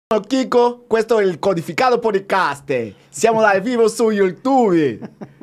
Sono Kiko, questo è il Codificato Podcast. Siamo dal vivo su YouTube.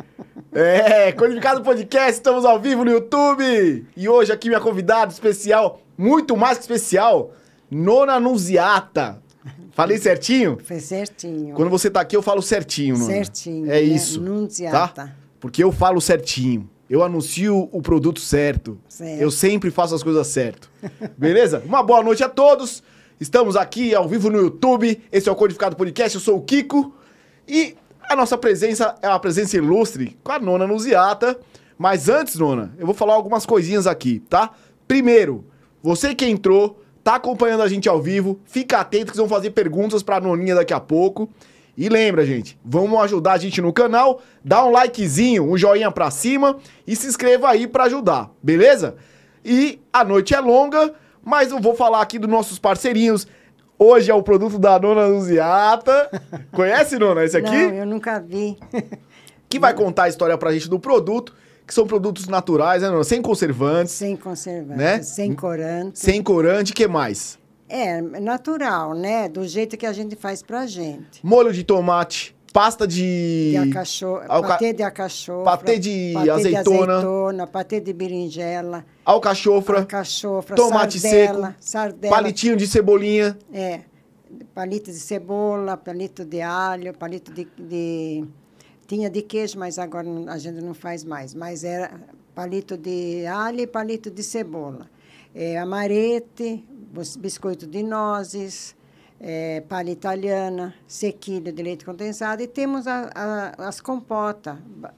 Codificado Podcast, estamos ao vivo no YouTube. E hoje aqui minha convidada especial, muito mais que especial, Nona Nunziata. Falei certinho? Foi certinho. Quando você tá aqui eu falo certinho, Nona. Certinho. É isso. Nunziata. Tá? Porque eu falo certinho. Eu anuncio o produto certo. Certo. Eu sempre faço as coisas certo. Beleza? Uma boa noite a todos. Estamos aqui ao vivo no YouTube. Esse é o Codificado Podcast. Eu sou o Kiko. E a nossa presença é uma presença ilustre com a Nona Nunziata. Mas antes, Nona, eu vou falar algumas coisinhas aqui, tá? Primeiro, você que entrou, tá acompanhando a gente ao vivo, fica atento que vão fazer perguntas pra Noninha daqui a pouco. E lembra, gente, vamos ajudar a gente no canal, dá um likezinho, um joinha pra cima e se inscreva aí pra ajudar, beleza? E a noite é longa, mas eu vou falar aqui dos nossos parceirinhos. Hoje é o produto da Nona Nunziata. Conhece, Nona, esse aqui? Não, eu nunca vi. Que vai contar a história pra gente do produto, que são produtos naturais, né, Nona? Sem conservantes. Sem conservantes, né? sem corante. Sem corante, o que mais? É natural, né? Do jeito que a gente faz pra gente. Molho de tomate, pasta de... Patê de alcachofra. Patê de azeitona. Patê de berinjela. Alcachofra. Tomate sardela, seco. Sardela. Palitinho de cebolinha. Palito de cebola, palito de alho, palito de... Tinha de queijo, mas agora a gente não faz mais. Mas era palito de alho e palito de cebola. Amarete, biscoito de nozes, palha italiana, sequilho de leite condensado. E temos as compotas,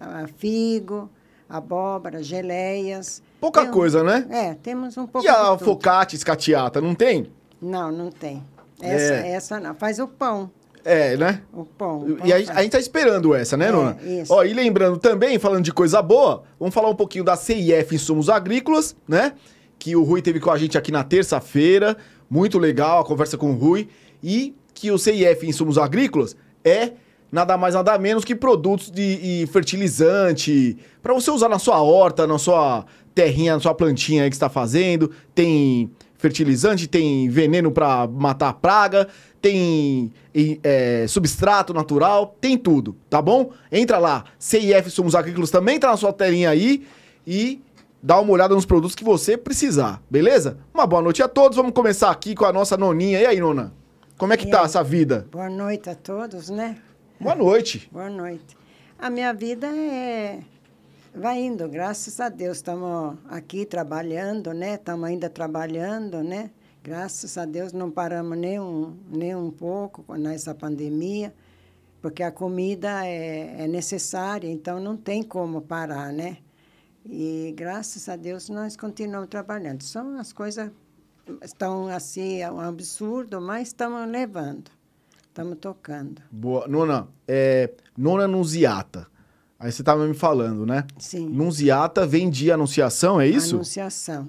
figo, abóbora, geleias. Pouca coisa, né? Temos um pouco E a de tudo. focaccia, scattiata, não tem? Não, não tem. Essa não. Faz o pão. Né? O pão. E a gente tá esperando essa, né, Nona? Isso. Ó, e lembrando também, falando de coisa boa, vamos falar um pouquinho da CIF Insumos Agrícolas, né? Que o Rui teve com a gente aqui na terça-feira. Muito legal a conversa com o Rui. E que o CIF Insumos Agrícolas é nada mais, nada menos que produtos de fertilizante para você usar na sua horta, na sua terrinha, na sua plantinha aí que você está fazendo. Tem fertilizante, tem veneno para matar a praga, tem substrato natural, tem tudo, tá bom? Entra lá, CIF Insumos Agrícolas também tá na sua terrinha aí e dá uma olhada nos produtos que você precisar, beleza? Uma boa noite a todos, vamos começar aqui com a nossa Noninha. E aí, Nona? Como é que tá essa vida? Boa noite a todos, né? Boa noite. Boa noite. A minha vida vai indo, graças a Deus. Estamos aqui trabalhando, né? Estamos ainda trabalhando, né? Graças a Deus não paramos nem um pouco nessa pandemia, porque a comida é necessária, então não tem como parar, né? E graças a Deus nós continuamos trabalhando. São as coisas estão assim, é um absurdo, mas estamos levando. Estamos tocando. Boa. Nona, Nona Nunziata. Aí você estava me falando, né? Sim. Nunziata vem de anunciação, é isso? Anunciação.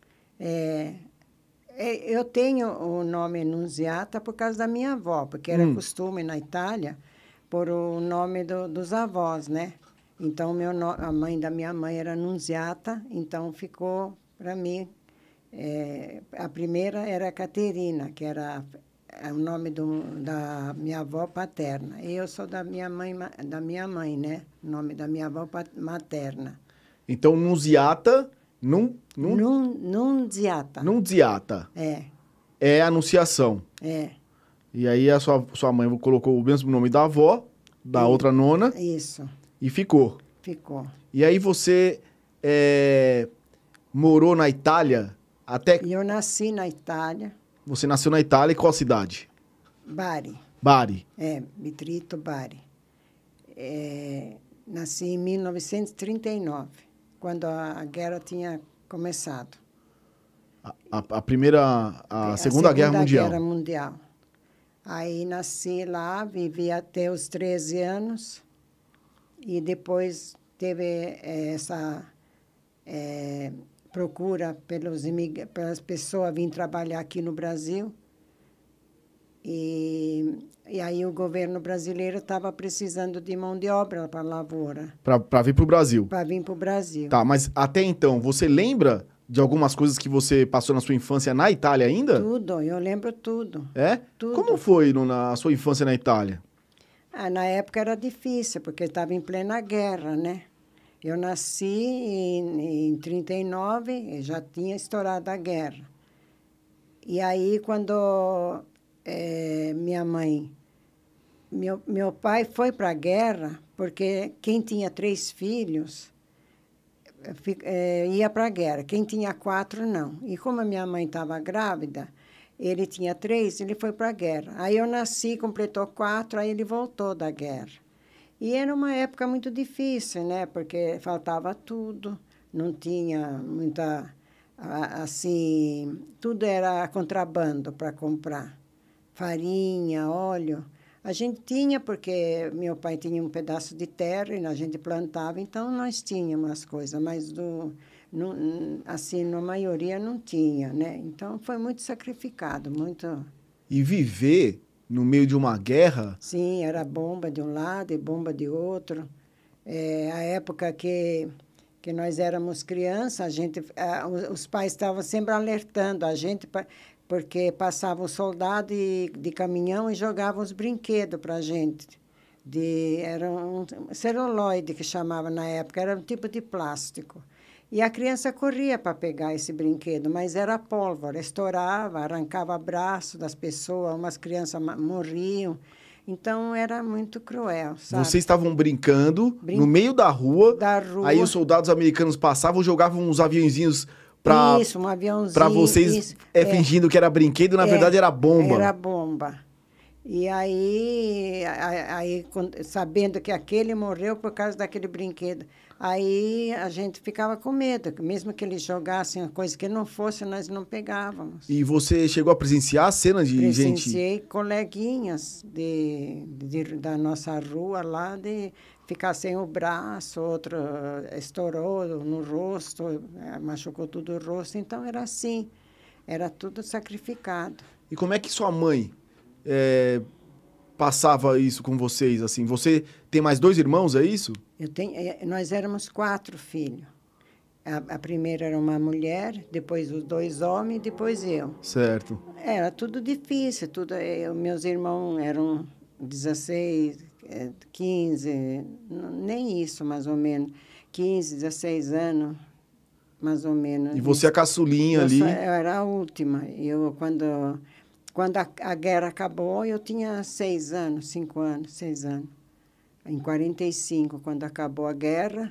Eu tenho o nome Nunziata por causa da minha avó, porque era costume na Itália por o nome dos avós, né? Então, a mãe da minha mãe era Nunziata, então ficou para mim. A primeira era Caterina, que era o nome da minha avó paterna. E eu sou da minha mãe, né? O nome da minha avó materna. Então, Nunziata... Nunziata. Nunziata. É anunciação. E aí a sua mãe colocou o mesmo nome da avó, da outra nona. Isso. E ficou. Ficou. E aí você morou na Itália até... E eu nasci na Itália. Você nasceu na Itália e qual cidade? Bari. Bari. Bitrito Bari. Nasci em 1939, quando a guerra tinha começado. A Segunda Guerra Mundial. Guerra Mundial. Aí nasci lá, vivi até os 13 anos. E depois teve essa procura pelas pessoas virem trabalhar aqui no Brasil. E aí o governo brasileiro estava precisando de mão de obra para a lavoura. Para vir para o Brasil. Para vir para o Brasil. Tá, mas até então, você lembra de algumas coisas que você passou na sua infância na Itália ainda? Tudo, eu lembro tudo. É? Tudo. Como foi na sua infância na Itália? Na época era difícil, porque estava em plena guerra, né? Eu nasci em 39 e já tinha estourado a guerra. E aí, quando minha mãe... Meu pai foi para a guerra, porque quem tinha 3 filhos ia para a guerra. Quem tinha 4, não. E como a minha mãe estava grávida, ele tinha 3, ele foi para a guerra. Aí eu nasci, completou 4, aí ele voltou da guerra. E era uma época muito difícil, né? Porque faltava tudo, não tinha muita... Assim, tudo era contrabando para comprar. Farinha, óleo. A gente tinha, porque meu pai tinha um pedaço de terra e a gente plantava, então nós tínhamos as coisas, mas assim, na maioria não tinha, né? Então foi muito sacrificado, muito... E viver no meio de uma guerra... Sim, era bomba de um lado e bomba de outro. A época que nós éramos crianças, os pais estavam sempre alertando a gente... Porque passavam os soldados de caminhão e jogavam os brinquedos para a gente. Era um celuloide que chamava na época, era um tipo de plástico. E a criança corria para pegar esse brinquedo, mas era pólvora, estourava, arrancava braço das pessoas, umas crianças morriam. Então, era muito cruel, sabe? Vocês estavam brincando no meio da rua, aí os soldados americanos passavam, jogavam uns aviãozinhos... Isso, um aviãozinho. Para vocês fingindo que era brinquedo, na verdade era bomba. Era bomba. E aí, sabendo que aquele morreu por causa daquele brinquedo, aí a gente ficava com medo, que mesmo que eles jogassem uma coisa que não fosse, nós não pegávamos. E você chegou a presenciar cenas de gente... Presenciei coleguinhas da nossa rua lá, de ficar sem o braço, outro estourou no rosto, machucou tudo o rosto. Então, era assim, era tudo sacrificado. E como é que sua mãe passava isso com vocês? Assim, você tem mais 2 irmãos, é isso? Nós éramos 4 filhos. A primeira era uma mulher, depois os 2 homens, depois eu. Certo. Era tudo difícil, meus irmãos eram 16... 15, nem isso, mais ou menos. 15, 16 anos, mais ou menos. E você a caçulinha ali? Eu era a última. Quando a guerra acabou, eu tinha 6 anos, 5 anos, 6 anos. Em 45, quando acabou a guerra,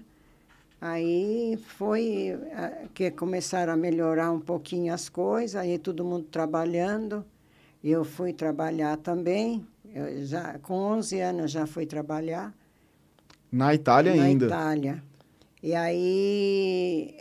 aí foi que começaram a melhorar um pouquinho as coisas, aí todo mundo trabalhando. Eu fui trabalhar também. Com 11 anos, já fui trabalhar. Na Itália ainda? Na Itália. E aí,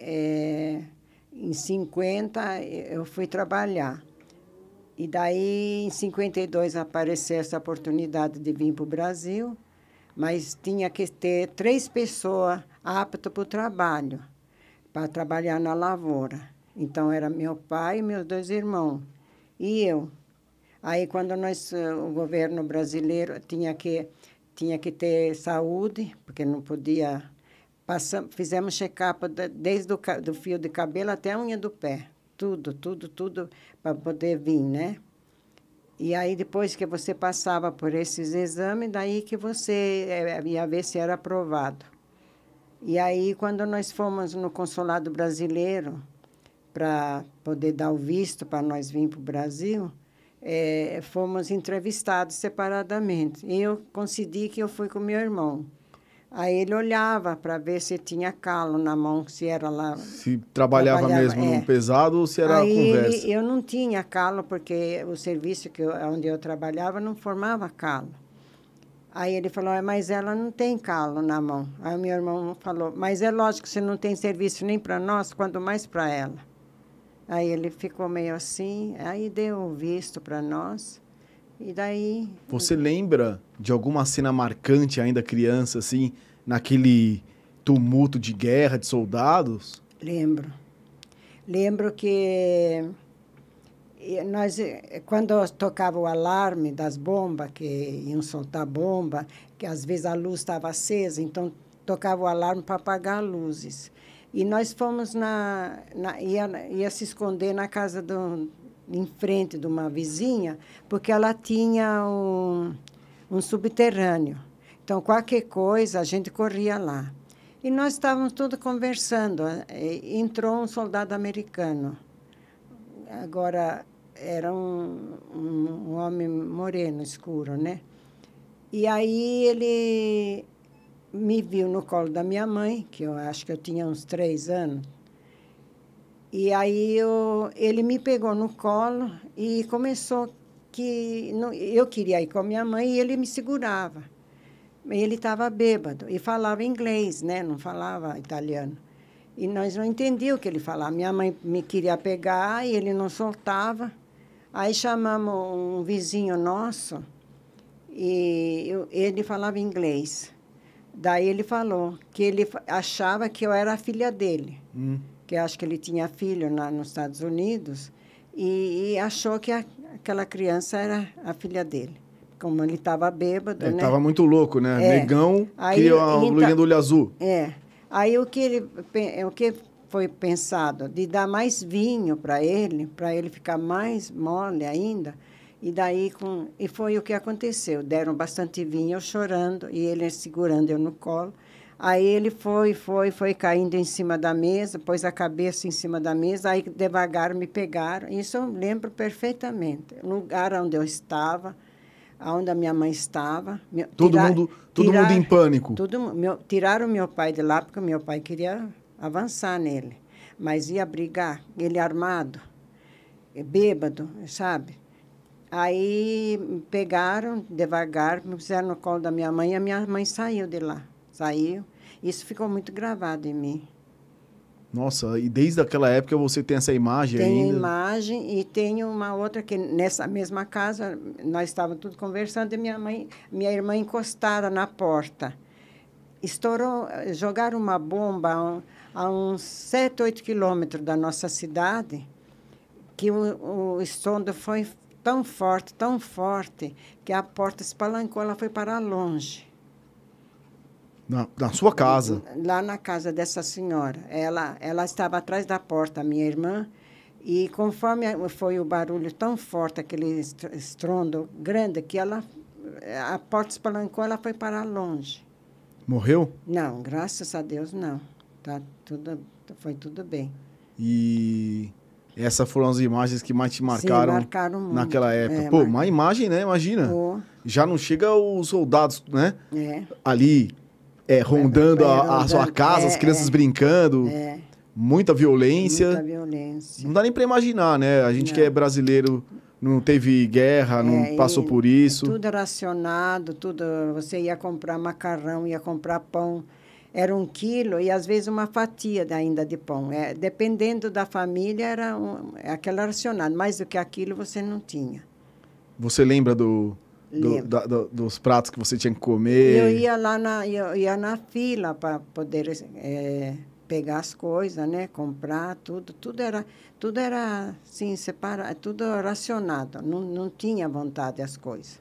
em 50, eu fui trabalhar. E daí, em 52, apareceu essa oportunidade de vir para o Brasil, mas tinha que ter 3 pessoas aptas para o trabalho, para trabalhar na lavoura. Então, era meu pai e meus 2 irmãos. E eu. Aí, quando o governo brasileiro tinha que ter saúde, porque não podia... Fizemos check-up desde do fio de cabelo até a unha do pé. Tudo para poder vir, né? E aí, depois que você passava por esses exames, daí que você ia ver se era aprovado. E aí, quando nós fomos no consulado brasileiro para poder dar o visto para nós vir para o Brasil... fomos entrevistados separadamente. E eu concedi que eu fui com meu irmão. Aí ele olhava para ver se tinha calo na mão, se era lá... Se trabalhava mesmo no pesado ou se era conversa. Eu não tinha calo, porque o serviço onde eu trabalhava não formava calo. Aí ele falou, mas ela não tem calo na mão. Aí o meu irmão falou, mas é lógico que você não tem serviço nem para nós, quanto mais para ela. Aí ele ficou meio assim, aí deu um visto para nós, e daí... Você lembra de alguma cena marcante, ainda criança, assim, naquele tumulto de guerra, de soldados? Lembro. Lembro que nós, quando tocava o alarme das bombas, que iam soltar bomba, que às vezes a luz estava acesa, então tocava o alarme para apagar as luzes. E nós fomos ia se esconder na casa em frente de uma vizinha, porque ela tinha um subterrâneo. Então, qualquer coisa, a gente corria lá. E nós estávamos todos conversando. Entrou um soldado americano. Agora, era um homem moreno, escuro, né? E aí ele me viu no colo da minha mãe, que eu acho que eu tinha uns 3 anos. E aí ele me pegou no colo e começou que eu queria ir com a minha mãe e ele me segurava. Ele estava bêbado e falava inglês, né? Não falava italiano. E nós não entendíamos o que ele falava. Minha mãe me queria pegar e ele não soltava. Aí chamamos um vizinho nosso e ele falava inglês. Daí ele falou que ele achava que eu era a filha dele. Que eu acho que ele tinha filho nos Estados Unidos e achou que aquela criança era a filha dele. Como ele estava bêbado, Ele né? estava muito louco, né? Negão, Aí, queria uma lulinha do olho azul. Aí o que foi pensado? De dar mais vinho para ele ficar mais mole ainda. E daí, e foi o que aconteceu. Deram bastante vinho, eu chorando, e ele segurando eu no colo. Aí ele foi caindo em cima da mesa, pôs a cabeça em cima da mesa, aí devagar me pegaram. Isso eu lembro perfeitamente. O lugar onde eu estava, onde a minha mãe estava. Todo mundo em pânico. Tiraram meu pai de lá, porque meu pai queria avançar nele. Mas ia brigar, ele armado, bêbado, sabe? Aí pegaram devagar, me puseram no colo da minha mãe, e a minha mãe saiu de lá. Saiu. Isso ficou muito gravado em mim. Nossa, e desde aquela época você tem essa imagem ainda? Tenho imagem e tenho uma outra que nessa mesma casa, nós estávamos todos conversando e minha irmã encostada na porta. Estourou, jogaram uma bomba a uns 7, 8 quilômetros da nossa cidade, que o estrondo foi tão forte, que a porta espalancou, ela foi para longe. Na sua casa? Lá na casa dessa senhora. Ela estava atrás da porta, a minha irmã, e conforme foi o barulho tão forte, aquele estrondo grande, que a porta espalancou, ela foi para longe. Morreu? Não, graças a Deus, não. Foi tudo bem. E essas foram as imagens que mais te marcaram, sim, marcaram muito. Naquela época. Uma imagem, né? Imagina. Já não chega os soldados, né? Ali... rondando a sua casa, as crianças brincando. Muita violência. Muita violência. Não dá nem para imaginar, né? A gente que é brasileiro, não teve guerra, não passou por isso. Tudo racionado, você ia comprar macarrão, ia comprar pão. Era 1 quilo e, às vezes, uma fatia ainda de pão. Dependendo da família, era aquela racionada. Mais do que aquilo, você não tinha. Você lembra dos pratos que você tinha que comer? Eu ia lá eu ia na fila para poder pegar as coisas, né? Comprar tudo. Tudo era assim, separado, tudo racionado. Não tinha vontade as coisas.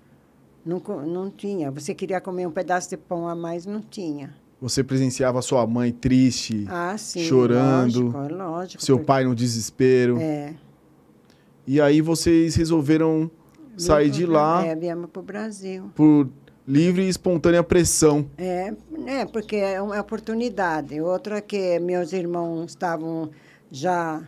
Não tinha. Você queria comer um pedaço de pão a mais, não tinha. Você presenciava sua mãe triste, sim, chorando, lógico, seu pai no desespero. E aí vocês resolveram sair de lá. Viemos para o Brasil. Por livre e espontânea pressão. Porque é uma oportunidade. Outra que meus irmãos estavam já,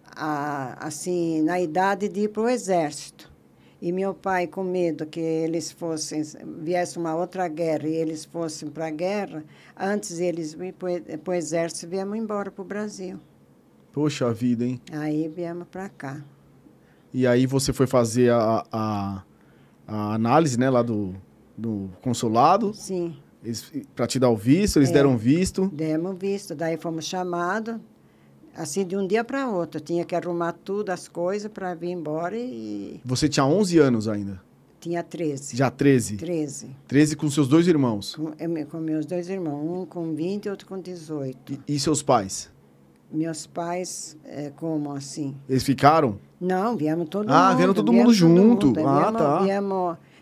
assim, na idade de ir para o exército. E meu pai, com medo que viesse uma outra guerra e eles fossem para a guerra, antes eles ir para o exército, viemos embora para o Brasil. Poxa vida, hein? Aí viemos para cá. E aí você foi fazer a análise, né, lá do consulado? Sim. Para te dar o visto, eles deram visto? Demos visto, daí fomos chamados, assim, de um dia para outro. Tinha que arrumar tudo, as coisas, para vir embora e... Você tinha 11 anos ainda? Tinha 13. Já 13? 13. 13 com seus 2 irmãos? Com meus 2 irmãos, um com 20 e outro com 18. E seus pais? Meus pais, como assim? Eles ficaram? Não, viemos todo mundo. Vieram todo mundo junto. Viemos,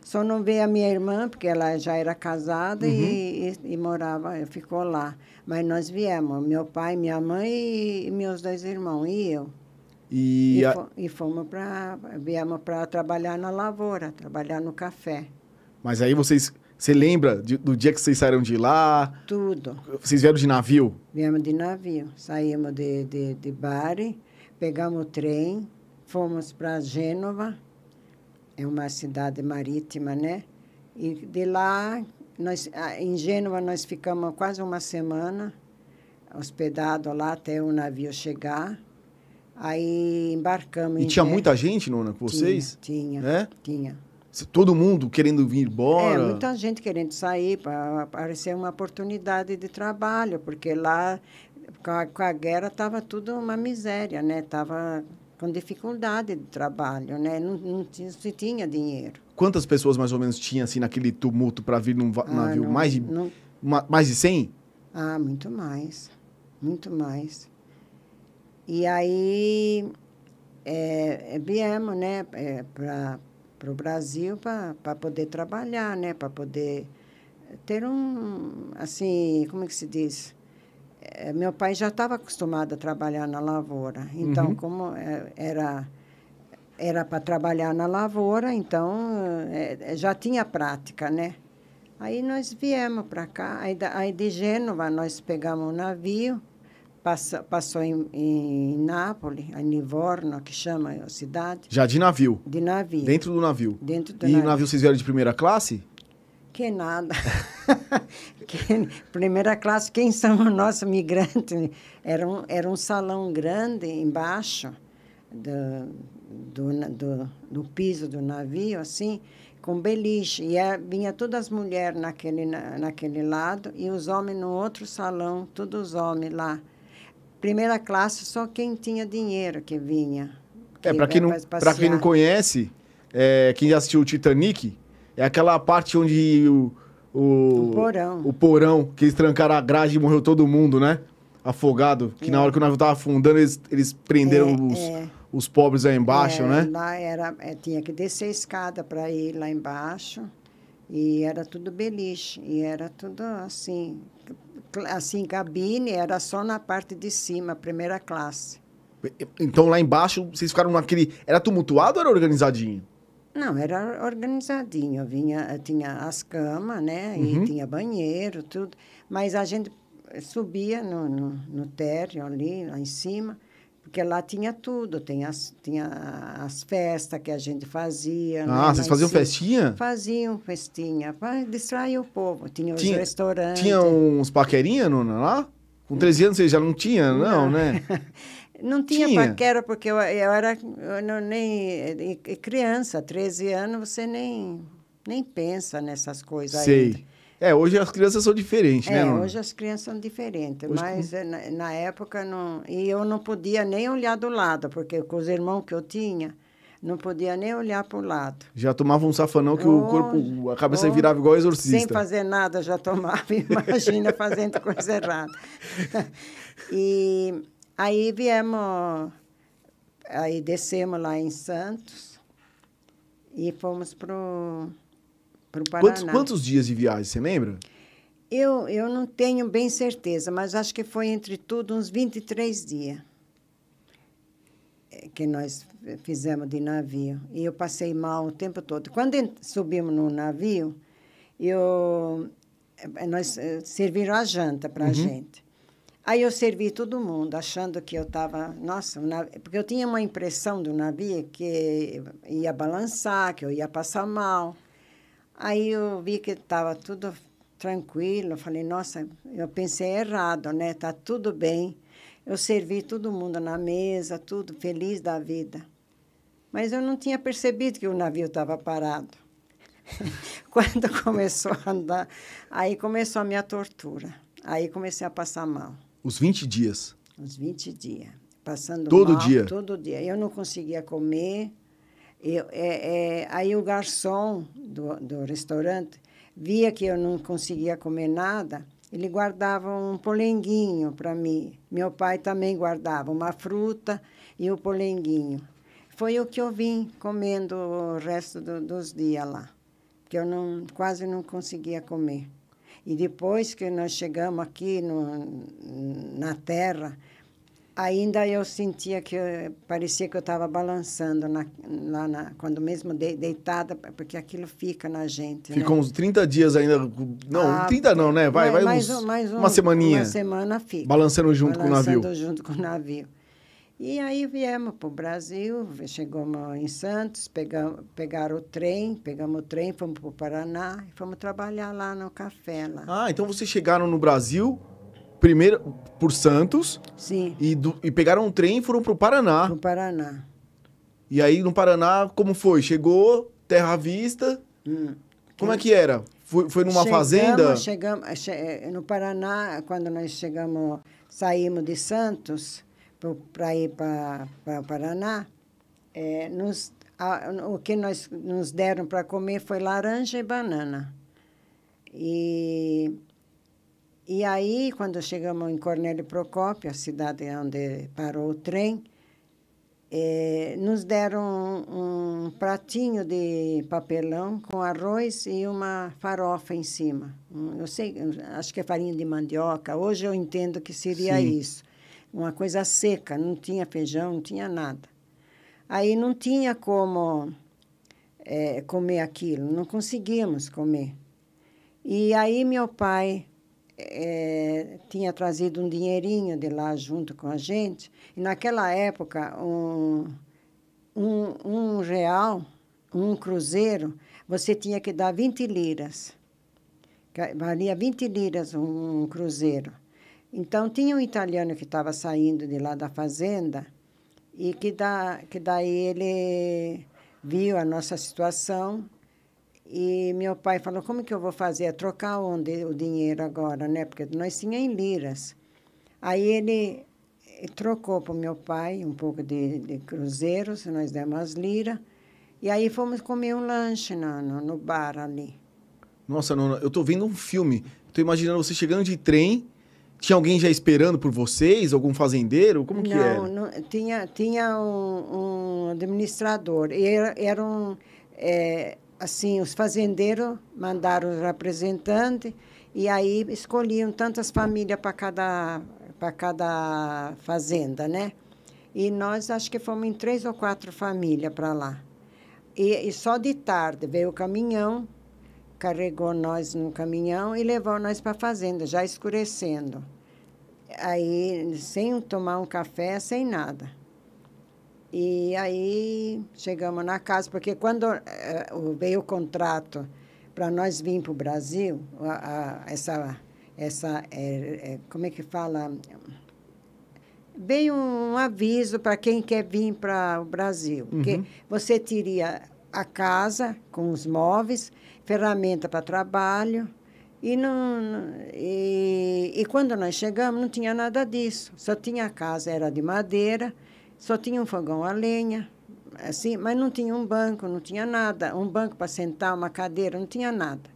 Só não veio a minha irmã, porque ela já era casada e morava, ficou lá. Mas nós viemos, meu pai, minha mãe e meus 2 irmãos, e eu. E viemos para trabalhar na lavoura, trabalhar no café. Mas aí você lembra do dia que vocês saíram de lá? Tudo. Vocês vieram de navio? Viemos de navio. Saímos de Bari, pegamos o trem, fomos para Gênova, é uma cidade marítima, né? E de lá, em Gênova, nós ficamos quase uma semana, hospedados lá até o navio chegar. Aí embarcamos. E tinha muita gente, Nona, com vocês? Tinha. É? Tinha. Todo mundo querendo vir embora? Muita gente querendo sair para aparecer uma oportunidade de trabalho, porque lá, com a guerra, estava tudo uma miséria, né? Estava com dificuldade de trabalho, né? Não se tinha dinheiro. Quantas pessoas mais ou menos tinha assim naquele tumulto para vir num navio? Mais de 100? Ah, muito mais. Muito mais. E aí viemos, né, para o Brasil para poder trabalhar, né? Para poder ter assim, como é que se diz? Meu pai já estava acostumado a trabalhar na lavoura. Então, como era para trabalhar na lavoura, então já tinha prática, né? Aí nós viemos para cá. Aí de Gênova nós pegamos um navio, passou em Nápoles, em Livorno, que chama a cidade. Já de navio? De navio. Dentro do navio? Dentro do navio. E o navio vocês vieram de primeira classe? Que nada. Primeira classe, quem são os nossos migrantes? Era um salão grande embaixo do piso do navio, assim, com beliche. E vinha todas as mulheres naquele lado e os homens no outro salão, todos os homens lá. Primeira classe, só quem tinha dinheiro que vinha. Para quem não conhece, quem já assistiu o Titanic, é aquela parte onde o porão. O porão, que eles trancaram a grade e morreu todo mundo, né? Afogado. Que na hora que o navio estava afundando, eles prenderam os pobres aí embaixo, né? Lá tinha que descer a escada para ir lá embaixo. E era tudo beliche. E era tudo assim, cabine, era só na parte de cima, primeira classe. Então lá embaixo, vocês ficaram naquele... Era tumultuado ou era organizadinho? Não, era organizadinho. Tinha as camas, né? E tinha banheiro, tudo. Mas a gente subia no térreo ali, lá em cima, porque lá tinha tudo. Tinha as festas que a gente fazia. Ah, né? Vocês faziam festinha? Faziam festinha, para distrair o povo. Tinha os restaurantes. Tinha uns paquerinha, Nona, lá? Com 13 anos você já não tinha? Não, né? Não tinha paquera, porque eu era nem criança, 13 anos, você nem pensa nessas coisas. Sei. Ainda. Hoje as crianças são diferentes, né? Hoje as crianças são diferentes, mas na época não... E eu não podia nem olhar do lado, porque com os irmãos que eu tinha, não podia nem olhar para o lado. Já tomava um safanão que o corpo, a cabeça virava igual exorcista. Sem fazer nada, já tomava, imagina, fazendo coisa errada. E... Aí aí descemos lá em Santos e fomos para o Paraná. Quantos dias de viagem, você lembra? Eu não tenho bem certeza, mas acho que foi, entre tudo, uns 23 dias que nós fizemos de navio. E eu passei mal o tempo todo. Quando subimos no navio, nós serviram a janta para a gente. Aí eu servi todo mundo, achando que eu estava... Nossa, porque eu tinha uma impressão do navio que ia balançar, que eu ia passar mal. Aí eu vi que estava tudo tranquilo. Eu falei, nossa, eu pensei errado, né? Está tudo bem. Eu servi todo mundo na mesa, tudo feliz da vida. Mas eu não tinha percebido que o navio estava parado. Quando começou a andar, aí começou a minha tortura. Aí comecei a passar mal. Os 20 dias? Os 20 dias. Passando todo mal. Dia? Todo dia. Eu não conseguia comer. Aí o garçom do restaurante via que eu não conseguia comer nada, ele guardava um polenguinho para mim. Meu pai também guardava uma fruta e o polenguinho. Foi o que eu vim comendo o resto dos dias lá. porque eu quase não conseguia comer. E depois que nós chegamos aqui na terra, ainda eu sentia que parecia que eu estava balançando quando mesmo deitada, porque aquilo fica na gente. Ficou né? uns 30 dias ainda. Não, 30 não, né? Vai uma semaninha. Uma semana fica. Balançando junto com o navio. Balançando junto com o navio. E aí viemos para o Brasil, chegamos em Santos, pegamos o trem, fomos para o Paraná e fomos trabalhar lá no café. Lá. Ah, então vocês chegaram no Brasil, primeiro por Santos. Sim. E pegaram um trem e foram para o Paraná. Para o Paraná. E aí no Paraná, como foi? Chegou, terra à vista. Como é que era? Foi numa fazenda? Chegamos no Paraná, quando nós saímos de Santos para ir para o Paraná, o que nos deram para comer foi laranja e banana. E aí, quando chegamos em Cornélio Procópio, a cidade onde parou o trem, nos deram um pratinho de papelão com arroz e uma farofa em cima. Acho que é farinha de mandioca. Hoje eu entendo que seria isso. Uma coisa seca, não tinha feijão, não tinha nada. Aí não tinha como comer aquilo, não conseguíamos comer. E aí meu pai tinha trazido um dinheirinho de lá junto com a gente, e naquela época um real, um cruzeiro, você tinha que dar 20 liras. Valia 20 liras um cruzeiro. Então, tinha um italiano que estava saindo de lá da fazenda e que daí ele viu a nossa situação e meu pai falou, como que eu vou fazer? É trocar onde o dinheiro agora, né? Porque nós tínhamos em liras. Aí ele trocou para o meu pai um pouco de cruzeiros, nós demos as liras, e aí fomos comer um lanche no bar ali. Nossa, Nona, eu tô vendo um filme. Tô imaginando você chegando de trem. Tinha alguém já esperando por vocês? Algum fazendeiro? Como que era? Não, tinha um administrador. Assim, os fazendeiros mandaram os representantes e aí escolhiam tantas famílias para cada fazenda, né? E nós, acho que fomos em 3 ou 4 famílias para lá. E só de tarde veio o caminhão, carregou nós no caminhão e levou nós para a fazenda, já escurecendo. Aí, sem tomar um café, sem nada. E aí, chegamos na casa, porque quando veio o contrato para nós vir para o Brasil, como é que fala? Veio um aviso para quem quer vir para o Brasil, que você teria a casa com os móveis, ferramenta para trabalho, e quando nós chegamos não tinha nada disso, só tinha a casa, era de madeira, só tinha um fogão a lenha, assim, mas não tinha um banco, não tinha nada, um banco para sentar, uma cadeira, não tinha nada.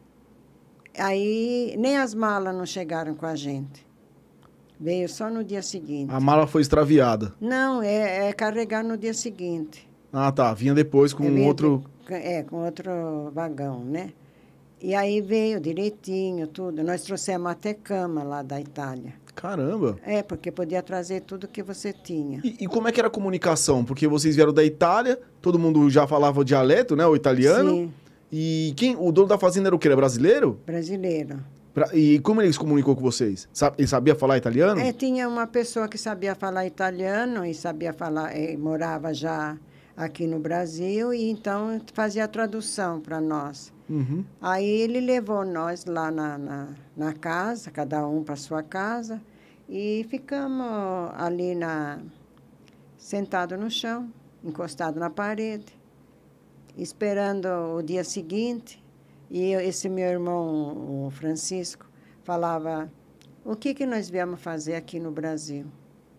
Aí nem as malas não chegaram com a gente. Veio só no dia seguinte. A mala foi extraviada? Não, é carregar no dia seguinte. Ah, tá. Vinha depois com outro... com outro vagão, né? E aí veio direitinho, tudo. Nós trouxemos até cama lá da Itália. Caramba! Porque podia trazer tudo que você tinha. E como é que era a comunicação? Porque vocês vieram da Itália, todo mundo já falava o dialeto, né? O italiano. Sim. E o dono da fazenda era o quê? Era brasileiro? Brasileiro. E como ele se comunicou com vocês? Ele sabia falar italiano? Tinha uma pessoa que sabia falar italiano e sabia falar, morava já aqui no Brasil, e então fazia a tradução para nós. Aí ele levou nós lá na casa, cada um para sua casa, e ficamos ali sentado no chão, encostado na parede, esperando o dia seguinte. E esse meu irmão, o Francisco, falava, o que nós viemos fazer aqui no Brasil?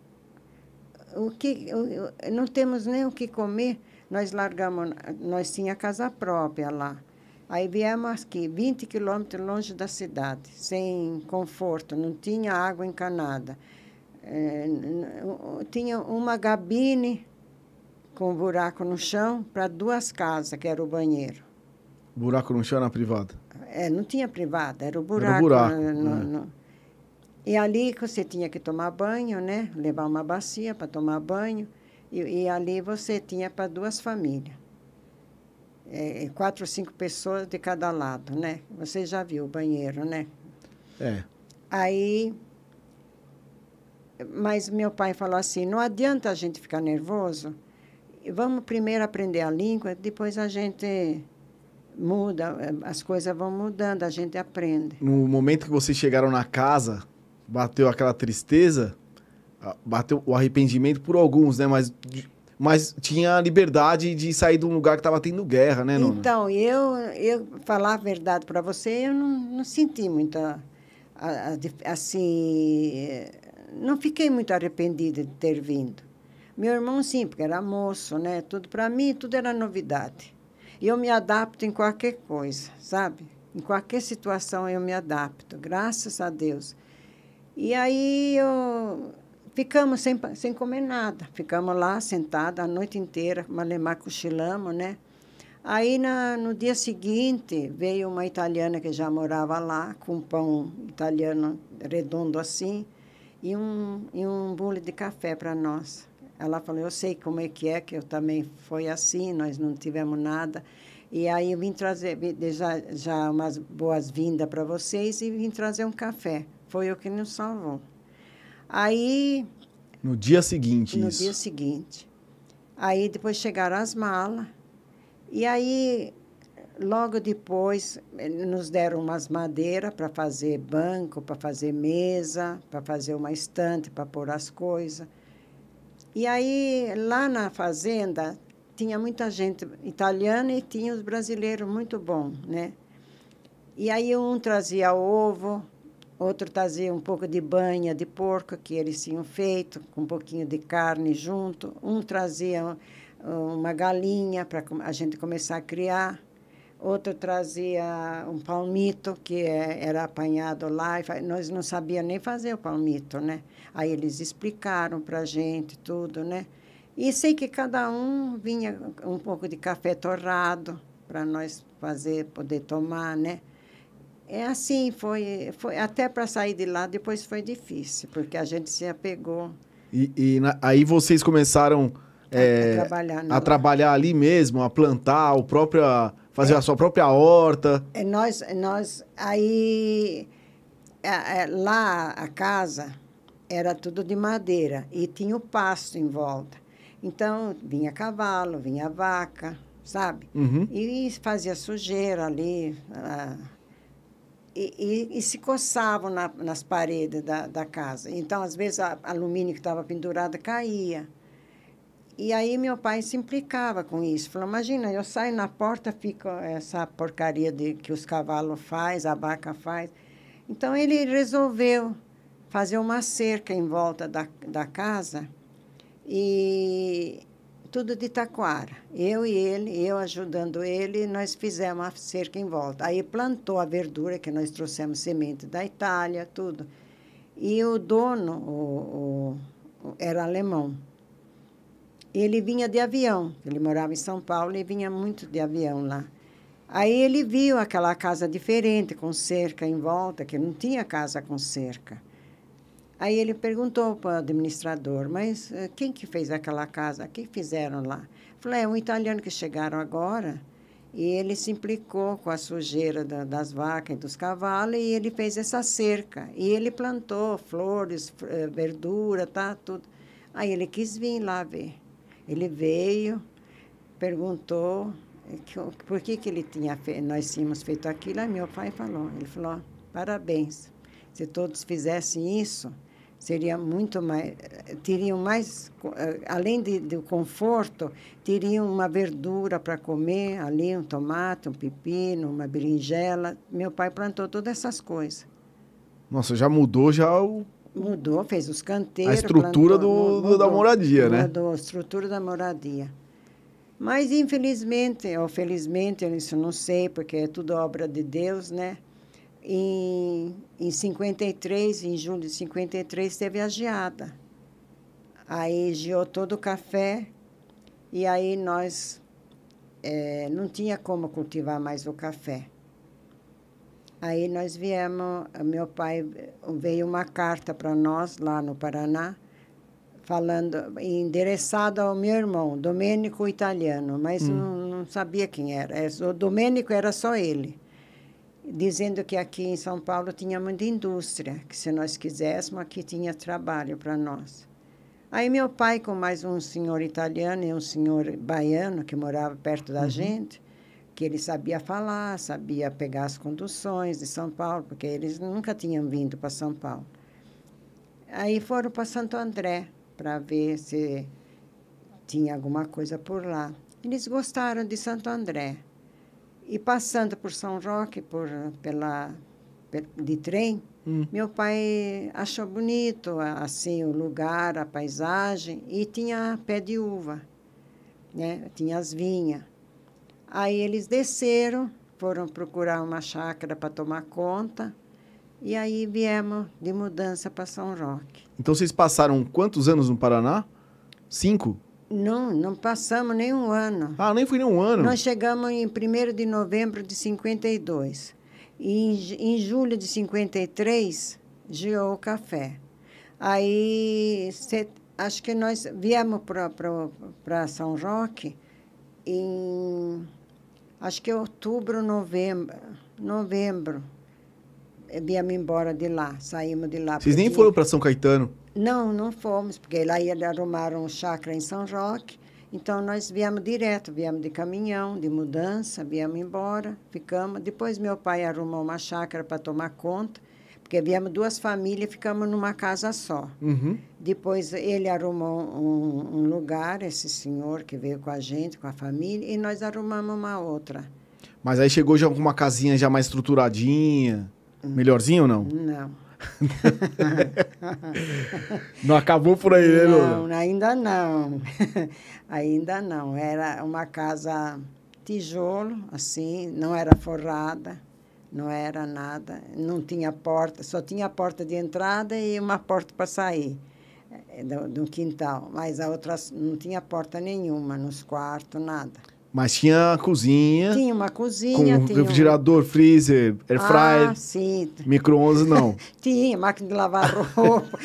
Não temos nem o que comer. Nós largamos, nós tínhamos casa própria lá. Aí viemos aqui, 20 quilômetros longe da cidade, sem conforto, não tinha água encanada. Tinha uma gabine com um buraco no chão para 2 casas, que era o banheiro. Buraco no chão na privada. Não tinha privada, era o Era buraco. o buraco. E ali você tinha que tomar banho, né? Levar uma bacia para tomar banho. E ali você tinha para 2 famílias. 4 ou 5 pessoas de cada lado, né? Você já viu o banheiro, né? Aí... Mas meu pai falou assim, não adianta a gente ficar nervoso. Vamos primeiro aprender a língua, depois a gente muda, as coisas vão mudando, a gente aprende. No momento que vocês chegaram na casa, bateu aquela tristeza, bateu o arrependimento por alguns, né? Mas tinha a liberdade de sair de um lugar que estava tendo guerra, né, Nona? Então, eu falar a verdade para você, eu não senti muita, assim, não fiquei muito arrependida de ter vindo. Meu irmão, sim, porque era moço, né? Tudo para mim, tudo era novidade. E eu me adapto em qualquer coisa, sabe? Em qualquer situação eu me adapto, graças a Deus. E aí ficamos sem comer nada. Ficamos lá sentados a noite inteira, malemar cochilamos, né? Aí, no dia seguinte, veio uma italiana que já morava lá, com um pão italiano redondo assim, e um bule de café para nós. Ela falou, eu sei como é, que eu também foi assim, nós não tivemos nada. E aí eu vim trazer já umas boas-vindas para vocês e vim trazer um café. Foi o que nos salvou. Aí... No dia seguinte, No isso. dia seguinte. Aí depois chegaram as malas. E aí, logo depois, nos deram umas madeiras para fazer banco, para fazer mesa, para fazer uma estante, para pôr as coisas. E aí, lá na fazenda, tinha muita gente italiana e tinha os brasileiros muito bons, né? E aí, um trazia ovo, outro trazia um pouco de banha de porco, que eles tinham feito, com um pouquinho de carne junto. Um trazia uma galinha para a gente começar a criar. Outro trazia um palmito, que era apanhado lá. Nós não sabíamos nem fazer o palmito, né? Aí eles explicaram para a gente tudo, né? E sei que cada um vinha um pouco de café torrado para nós poder tomar, né? É assim, foi até para sair de lá, depois foi difícil, porque a gente se apegou. Aí vocês começaram a trabalhar ali mesmo, a plantar, fazer a sua própria horta. Aí, lá a casa era tudo de madeira e tinha o pasto em volta. Então, vinha cavalo, vinha vaca, sabe? Uhum. E fazia sujeira ali. E se coçavam nas paredes da casa. Então, às vezes, a alumínio que estava pendurada caía. E aí, meu pai se implicava com isso. Falou, imagina, eu saio na porta, fica essa porcaria que os cavalos fazem, a vaca faz. Então, ele resolveu fazer uma cerca em volta da casa e tudo de taquara. Eu ajudando ele, nós fizemos a cerca em volta. Aí plantou a verdura, que nós trouxemos semente da Itália, tudo. E o dono era alemão. Ele vinha de avião, ele morava em São Paulo e vinha muito de avião lá. Aí ele viu aquela casa diferente, com cerca em volta, que não tinha casa com cerca. Aí ele perguntou para o administrador, mas quem que fez aquela casa? O que fizeram lá? Falei, é um italiano que chegaram agora e ele se implicou com a sujeira das vacas e dos cavalos e ele fez essa cerca. E ele plantou flores, verdura, tudo. Aí ele quis vir lá ver. Ele veio, perguntou por que ele nós tínhamos feito aquilo. Aí meu pai falou, ele falou, parabéns, se todos fizessem isso, seria muito mais, teriam mais, além do conforto, teriam uma verdura para comer, ali um tomate, um pepino, uma berinjela. Meu pai plantou todas essas coisas. Nossa, já mudou Mudou, fez os canteiros. A estrutura da moradia, né? Mudou a estrutura da moradia. Mas, infelizmente, ou felizmente, isso eu não sei, porque é tudo obra de Deus, né? Em 53, em julho de 53, teve a geada. Aí geou todo o café e aí nós não tinha como cultivar mais o café. Aí nós viemos, meu pai veio uma carta para nós lá no Paraná, falando, endereçado ao meu irmão, Domênico Italiano, mas não sabia quem era. O Domênico era só ele, dizendo que aqui em São Paulo tinha muita indústria, que se nós quiséssemos, aqui tinha trabalho para nós. Aí meu pai, com mais um senhor italiano e um senhor baiano, que morava perto da gente, que ele sabia falar, sabia pegar as conduções de São Paulo, porque eles nunca tinham vindo para São Paulo. Aí foram para Santo André, para ver se tinha alguma coisa por lá. Eles gostaram de Santo André. E passando por São Roque, de trem, meu pai achou bonito assim, o lugar, a paisagem, e tinha pé de uva, né? Tinha as vinhas. Aí eles desceram, foram procurar uma chácara para tomar conta, e aí viemos de mudança para São Roque. Então vocês passaram quantos anos no Paraná? 5? Não passamos nem um ano. Ah, nem foi nem um ano? Nós chegamos em 1º de novembro de 52. E em julho de 53, geou o café. Aí, acho que nós viemos para São Roque em, acho que outubro, novembro. Viemos embora de lá, saímos de lá. Vocês nem foram para São Caetano? Não fomos, porque lá arrumaram um chácara em São Roque. Então, nós viemos direto, viemos de caminhão, de mudança, viemos embora, ficamos. Depois, meu pai arrumou uma chácara para tomar conta, porque viemos 2 famílias, ficamos numa casa só. Depois, ele arrumou um lugar, esse senhor que veio com a gente, com a família, e nós arrumamos uma outra. Mas aí chegou já com uma casinha já mais estruturadinha, melhorzinho ou não? Não. Não acabou por aí, né, Lola? Não, ainda não. Ainda não. Era uma casa tijolo, assim, não era forrada, não era nada, não tinha porta, só tinha a porta de entrada e uma porta para sair do quintal, mas a outra não tinha porta nenhuma, nos quartos, nada. Mas tinha a cozinha. Tinha uma cozinha. Com refrigerador, freezer, air fryer. Sim. Micro-ondas, não. Tinha máquina de lavar roupa.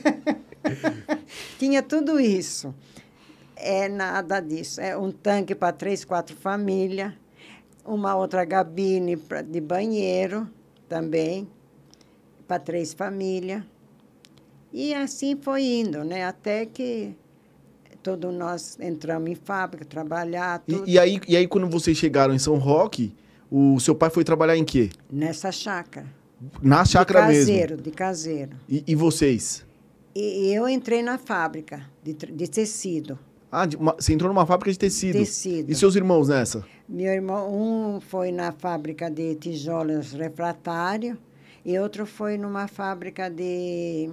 Tinha tudo isso. Nada disso. Um tanque para 3, 4 famílias. Uma outra cabine de banheiro também, para 3 famílias. E assim foi indo, né? Até que todos nós entramos em fábrica, trabalhar, tudo. E aí, quando vocês chegaram em São Roque, o seu pai foi trabalhar em quê? Nessa chácara. Na chácara mesmo? De caseiro. E vocês? E eu entrei na fábrica de tecido. Ah, você entrou numa fábrica de tecido? Tecido. E seus irmãos nessa? Meu irmão, um foi na fábrica de tijolos refratário e outro foi numa fábrica de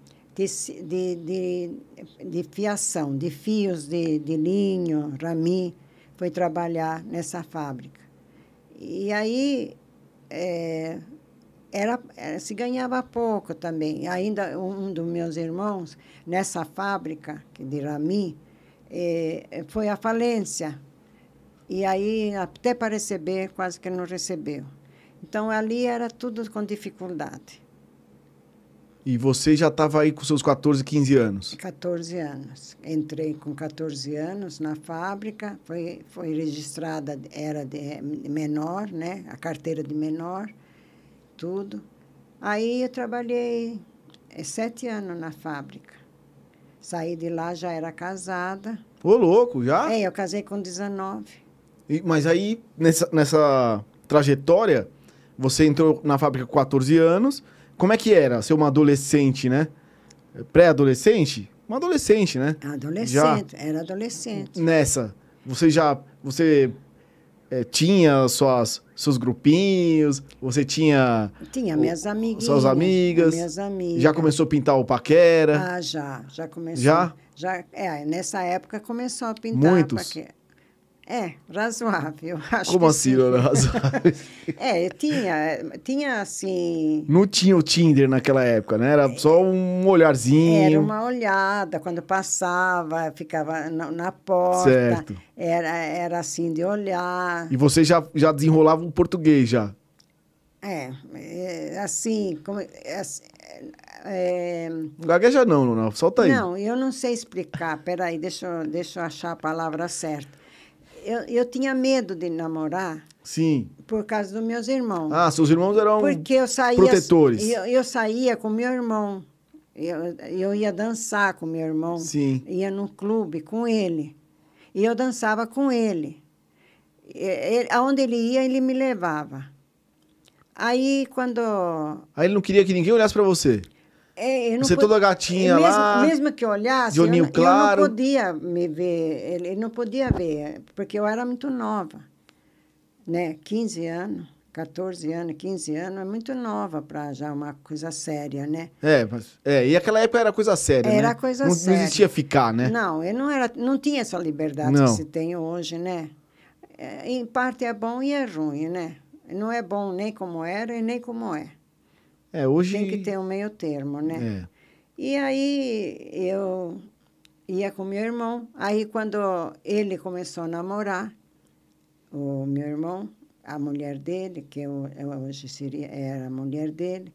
fiação, de fios de linho, rami, foi trabalhar nessa fábrica. E aí se ganhava pouco também. Ainda um dos meus irmãos, nessa fábrica de rami, foi à falência. E aí, até para receber, quase que não recebeu. Então, ali era tudo com dificuldade. E você já estava aí com seus 14, 15 anos? 14 anos. Entrei com 14 anos na fábrica, foi registrada, era de menor, né? A carteira de menor, tudo. Aí eu trabalhei 7 anos na fábrica. Saí de lá, já era casada. Ô, louco, já? Eu casei com 19. Mas aí, nessa trajetória, você entrou na fábrica com 14 anos. Como é que era ser uma adolescente, né? Pré-adolescente? Uma adolescente, né? Adolescente, era adolescente. Nessa, você tinha seus grupinhos, você tinha... Tinha minhas amiguinhas. Suas amigas. Minhas amigas. Já começou a pintar o paquera? Já começou. Já? Nessa época começou a pintar Muitos? o paquera. Razoável. Acho Como que assim, sim. Dona Razoável? Tinha assim. Não tinha o Tinder naquela época, né? Era só um Era olharzinho. uma olhada, quando passava, ficava na porta, Certo. era assim de olhar. E você já desenrolava o português já. Assim, Não gagueja não, solta aí. não, eu não sei explicar, peraí, deixa eu achar a palavra certa. Eu tinha medo de namorar Sim. por causa dos meus irmãos. Ah, seus irmãos eram Porque eu saía, protetores. eu saía com meu irmão. Eu ia dançar com meu irmão. Sim. Ia num clube com ele. E eu dançava com ele. Aonde ele ia, ele me levava. Aí, quando... Aí ele não queria que ninguém olhasse pra você. eu não Você toda gatinha lá. Mesmo que eu olhasse, de olhinho claro. eu não podia me ver. Ele não podia ver, porque eu era muito nova. Né? 15 anos, 14 anos, 15 anos, é muito nova para já uma coisa séria, né? E aquela época era coisa séria, né? Era coisa séria. Não existia ficar, né? Não, não tinha essa liberdade Não. que se tem hoje, né? Em parte é bom e é ruim, né? Não é bom nem como era e nem como é. Hoje... Tem que ter um meio termo, né? E aí eu ia com meu irmão. Aí quando ele começou a namorar, o meu irmão, a mulher dele, que eu hoje era a mulher dele,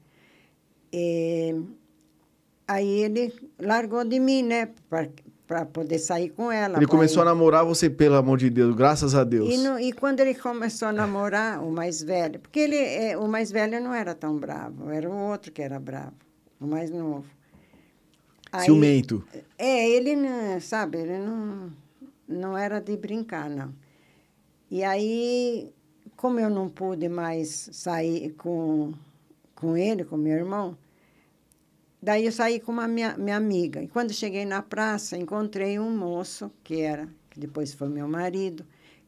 aí ele largou de mim, né? Para poder sair com ela. Ele começou a namorar você, pelo amor de Deus, graças a Deus. E quando ele começou a namorar, o mais velho, porque o mais velho não era tão bravo, era o outro que era bravo, o mais novo. Aí, ciumento. Ele não, sabe, ele não era de brincar, não. E aí, como eu não pude mais sair com ele, com meu irmão, daí eu saí com uma minha amiga. E quando cheguei na praça, encontrei um moço, que depois foi meu marido,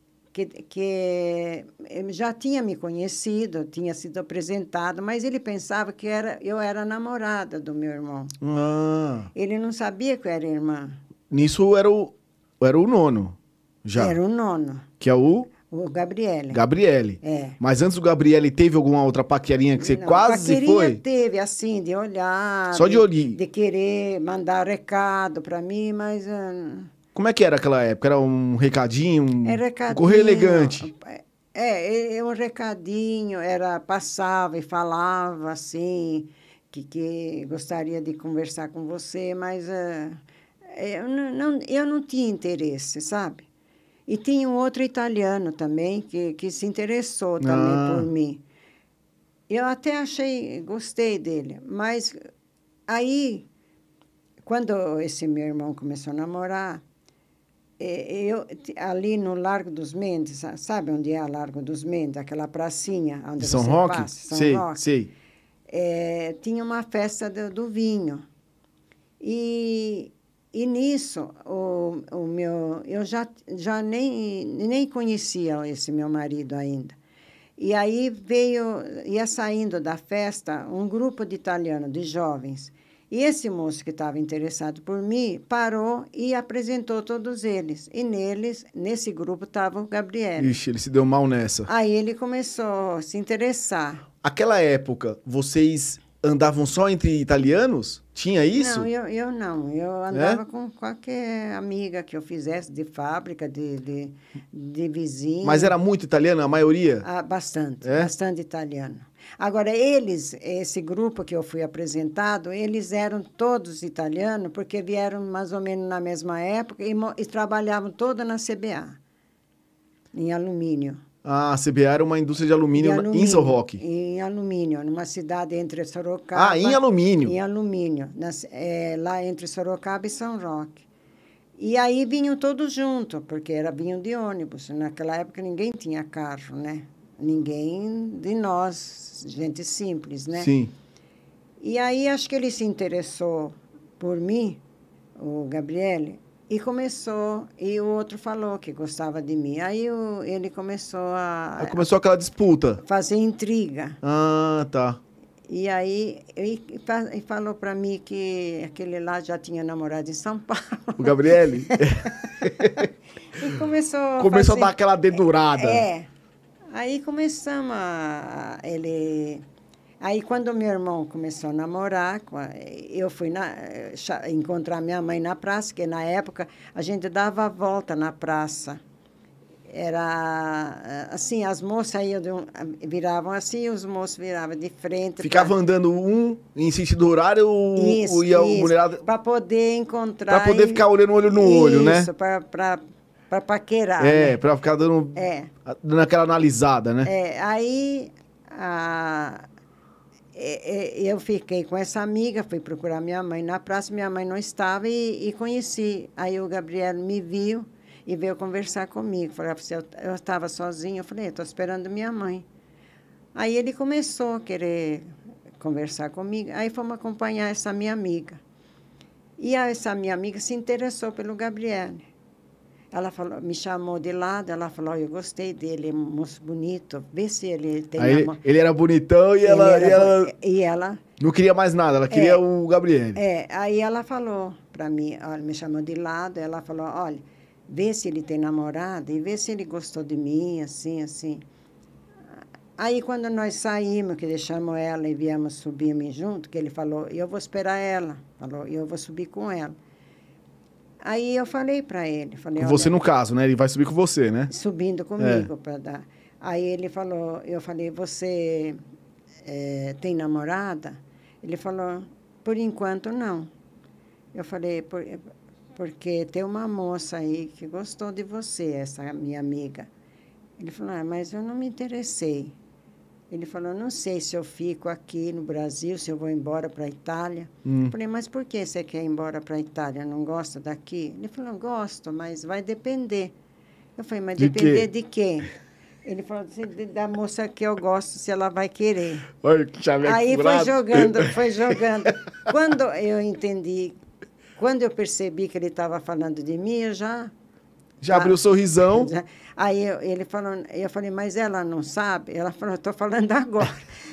que já tinha me conhecido, tinha sido apresentado, mas ele pensava que eu era namorada do meu irmão. Ah. Ele não sabia que eu era irmã. Nisso era o nono, já. Era o nono. Que é o Gabriele. Gabriele. Mas antes do Gabriele, teve alguma outra paquerinha que você quase foi? Teve, assim, de olhar. Só de olhar. De querer mandar recado para mim, mas... Como é que era aquela época? Era um recadinho? Era recadinho. Um correio elegante. Um recadinho, passava e falava, assim, que gostaria de conversar com você, mas eu não tinha interesse, sabe? E tinha um outro italiano também que se interessou também por mim. Eu até gostei dele, mas aí, quando esse meu irmão começou a namorar, ali no Largo dos Mendes, sabe onde é o Largo dos Mendes? Aquela pracinha onde São você Roque? passa? Sei, Roque. sei. Tinha uma festa do vinho. E nisso, eu já nem conhecia esse meu marido ainda. E aí ia saindo da festa um grupo de italianos, de jovens. E esse moço que estava interessado por mim parou e apresentou todos eles. E nesse grupo estava o Gabriel. Ixi, ele se deu mal nessa. Aí ele começou a se interessar. Aquela época, vocês andavam só entre italianos? Tinha isso? Não, eu não. Eu andava com qualquer amiga que eu fizesse, de fábrica, de vizinho. Mas era muito italiano, a maioria? Bastante, bastante italiano. Agora, esse grupo que eu fui apresentado, eles eram todos italianos, porque vieram mais ou menos na mesma época e trabalhavam toda na CBA, em alumínio. Ah, a CBA era uma indústria de alumínio, em São Roque. Em alumínio, numa cidade entre Sorocaba... Ah, em alumínio. Em alumínio, lá entre Sorocaba e São Roque. E aí vinham todos juntos, porque vinham de ônibus. Naquela época ninguém tinha carro, né? Ninguém de nós, gente simples, né? Sim. E aí acho que ele se interessou por mim, o Gabriele, e começou, e o outro falou que gostava de mim. Aí ele começou Aí começou aquela disputa. fazer intriga. Ah, tá. E aí, e falou para mim que aquele lá já tinha namorado em São Paulo. O Gabriele? E começou Começou a dar aquela dedurada. Aí começamos ele... Aí, quando meu irmão começou a namorar, eu fui encontrar minha mãe na praça, que na época a gente dava a volta na praça. Era assim, as moças viravam assim, e os moços viravam de frente. Ficava andando um em sentido horário e a mulherada... Para poder encontrar... Para poder ficar olhando olho no olho, né? Isso, para paquerar. Né? Para ficar dando aquela analisada, né? Aí... eu fiquei com essa amiga, fui procurar minha mãe na praça, minha mãe não estava e conheci. Aí o Gabriel me viu e veio conversar comigo. Falei, eu estava sozinha, eu falei, estou esperando minha mãe. Aí ele começou a querer conversar comigo, aí fomos acompanhar essa minha amiga. E essa minha amiga se interessou pelo Gabriel. Ela falou, me chamou de lado, ela falou, eu gostei dele, é um moço bonito, vê se ele tem... Ele era bonitão e ela não queria mais nada, ela queria o Gabriel. Aí ela falou para mim, olha, me chamou de lado, ela falou, olha, vê se ele tem namorada e vê se ele gostou de mim, assim, assim. Aí, quando nós saímos, que deixamos ela e viemos subir junto, que ele falou, eu vou esperar ela, falou, eu vou subir com ela. Aí eu falei para ele... Com você no caso, né? Ele vai subir com você, né? Subindo comigo para dar. Aí ele falou, eu falei, você tem namorada? Ele falou, por enquanto não. Eu falei, porque tem uma moça aí que gostou de você, essa minha amiga. Ele falou, mas eu não me interessei. Ele falou, não sei se eu fico aqui no Brasil, se eu vou embora para a Itália. Eu falei, mas por que você quer ir embora para a Itália? Não gosta daqui? Ele falou, gosto, mas vai depender. Eu falei, mas depender de quê? Ele falou, da moça que eu gosto, se ela vai querer. Olha, que chaveco aí furado. foi jogando. Quando eu entendi, quando eu percebi que ele estava falando de mim, eu já abriu o sorrisão. Aí eu falei, mas ela não sabe? Ela falou, estou falando agora.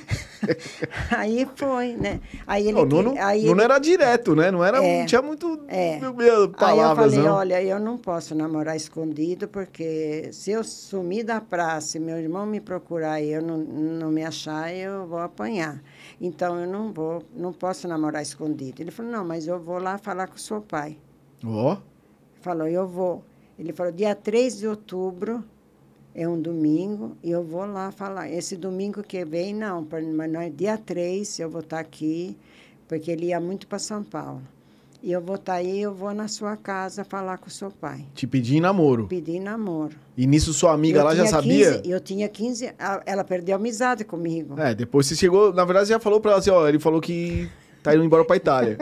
Aí foi, né? Aí ele, não era direto, né? Não tinha muito palavras, aí eu falei, não. olha, eu não posso namorar escondido, porque se eu sumir da praça e meu irmão me procurar e eu não me achar, eu vou apanhar. Então, eu não posso namorar escondido. Ele falou, não, mas eu vou lá falar com o seu pai. Falou, eu vou. Ele falou, dia 3 de outubro, é um domingo, e eu vou lá falar. Esse domingo que vem, não, mas não é dia 3, eu vou estar aqui, porque ele ia muito para São Paulo. E eu vou estar aí, eu vou na sua casa falar com o seu pai. Te pedir em namoro? Pedir em namoro. E nisso sua amiga lá já sabia? Eu tinha 15, ela perdeu a amizade comigo. Depois você chegou, na verdade, você já falou para ela assim, ele falou que tá indo embora para Itália.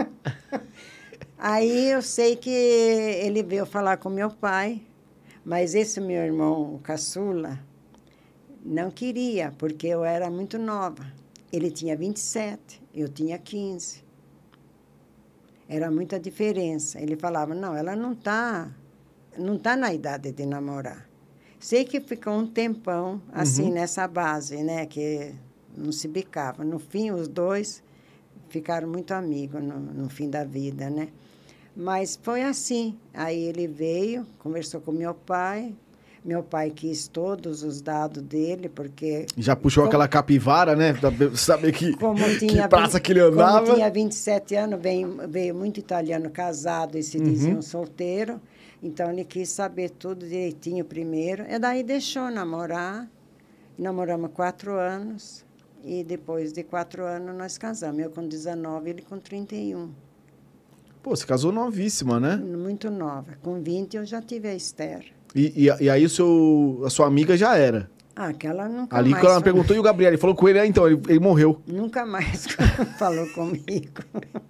Aí eu sei que ele veio falar com meu pai, mas esse meu irmão caçula não queria, porque eu era muito nova. Ele tinha 27, eu tinha 15. Era muita diferença. Ele falava, não, ela não tá na idade de namorar. Sei que ficou um tempão assim nessa base, né, que não se bicava. No fim, os dois ficaram muito amigos no fim da vida, né? Mas foi assim. Aí ele veio, conversou com meu pai. Meu pai quis todos os dados dele, porque... Já puxou aquela capivara, né? Pra saber que praça que ele andava. Como tinha 27 anos, veio muito italiano casado e se diziam solteiro. Então, ele quis saber tudo direitinho primeiro. E daí deixou namorar. Namoramos 4 anos. E depois de 4 anos, nós casamos. Eu com 19, ele com 31. Pô, você casou novíssima, né? Muito nova. Com 20 eu já tive a Esther. E aí a sua amiga já era? Aquela nunca ali mais... Ali quando ela perguntou, e o Gabriel? Ele falou com ele, então, ele morreu. Nunca mais falou comigo.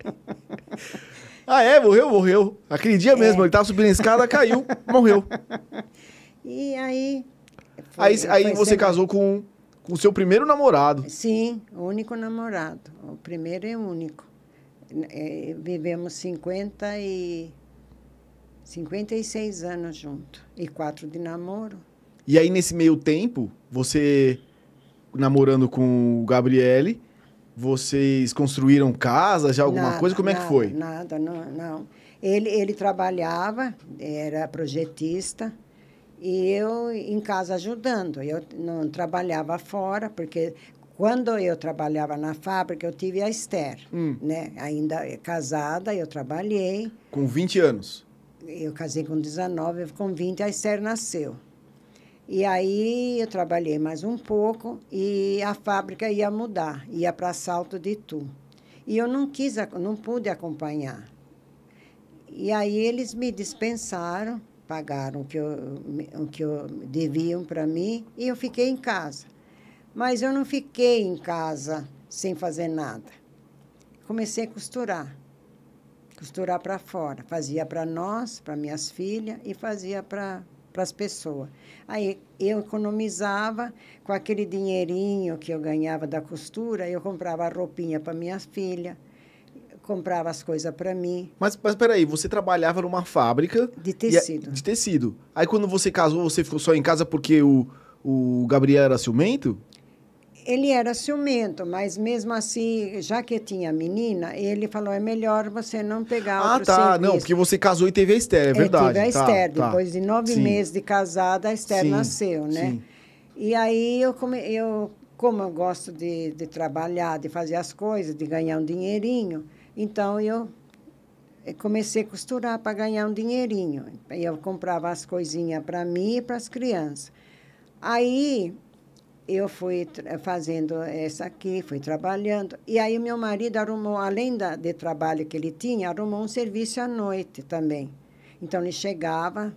Morreu. Aquele dia mesmo, ele tava subindo a escada, caiu, morreu. E aí... Aí você casou com o seu primeiro namorado. Sim, o único namorado. O primeiro e o único. Vivemos 56 anos juntos. E 4 de namoro. E aí, nesse meio tempo, você namorando com o Gabriele, vocês construíram casa, já alguma Nada, coisa? Como é que foi? Nada, não. Ele trabalhava, era projetista, e eu em casa ajudando. Eu não trabalhava fora, porque quando eu trabalhava na fábrica, eu tive a Esther, né? Ainda casada, eu trabalhei. Com 20 anos? Eu casei com 19, com 20 a Esther nasceu. E aí eu trabalhei mais um pouco e a fábrica ia mudar, ia para Salto de Itu. E eu não pude acompanhar. E aí eles me dispensaram, pagaram o que eu deviam para mim e eu fiquei em casa. Mas eu não fiquei em casa sem fazer nada. Comecei a costurar para fora. Fazia para nós, para minhas filhas e fazia para as pessoas. Aí eu economizava com aquele dinheirinho que eu ganhava da costura, eu comprava a roupinha para minhas filhas, comprava as coisas para mim. Mas peraí, você trabalhava numa fábrica... De tecido. De tecido. Aí quando você casou, você ficou só em casa porque o Gabriel era ciumento? Ele era ciumento, mas mesmo assim, já que tinha menina, ele falou, é melhor você não pegar outro serviço. Não, porque você casou e teve a Esther, é verdade. Tive a Esther, tá. depois de 9 meses de casada, a Esther nasceu, né? Sim. E aí, como eu gosto de trabalhar, de fazer as coisas, de ganhar um dinheirinho, então eu comecei a costurar para ganhar um dinheirinho. Eu comprava as coisinhas para mim e para as crianças. Aí eu fui fazendo essa aqui, fui trabalhando. E aí meu marido arrumou, além de trabalho que ele tinha, arrumou um serviço à noite também. Então ele chegava,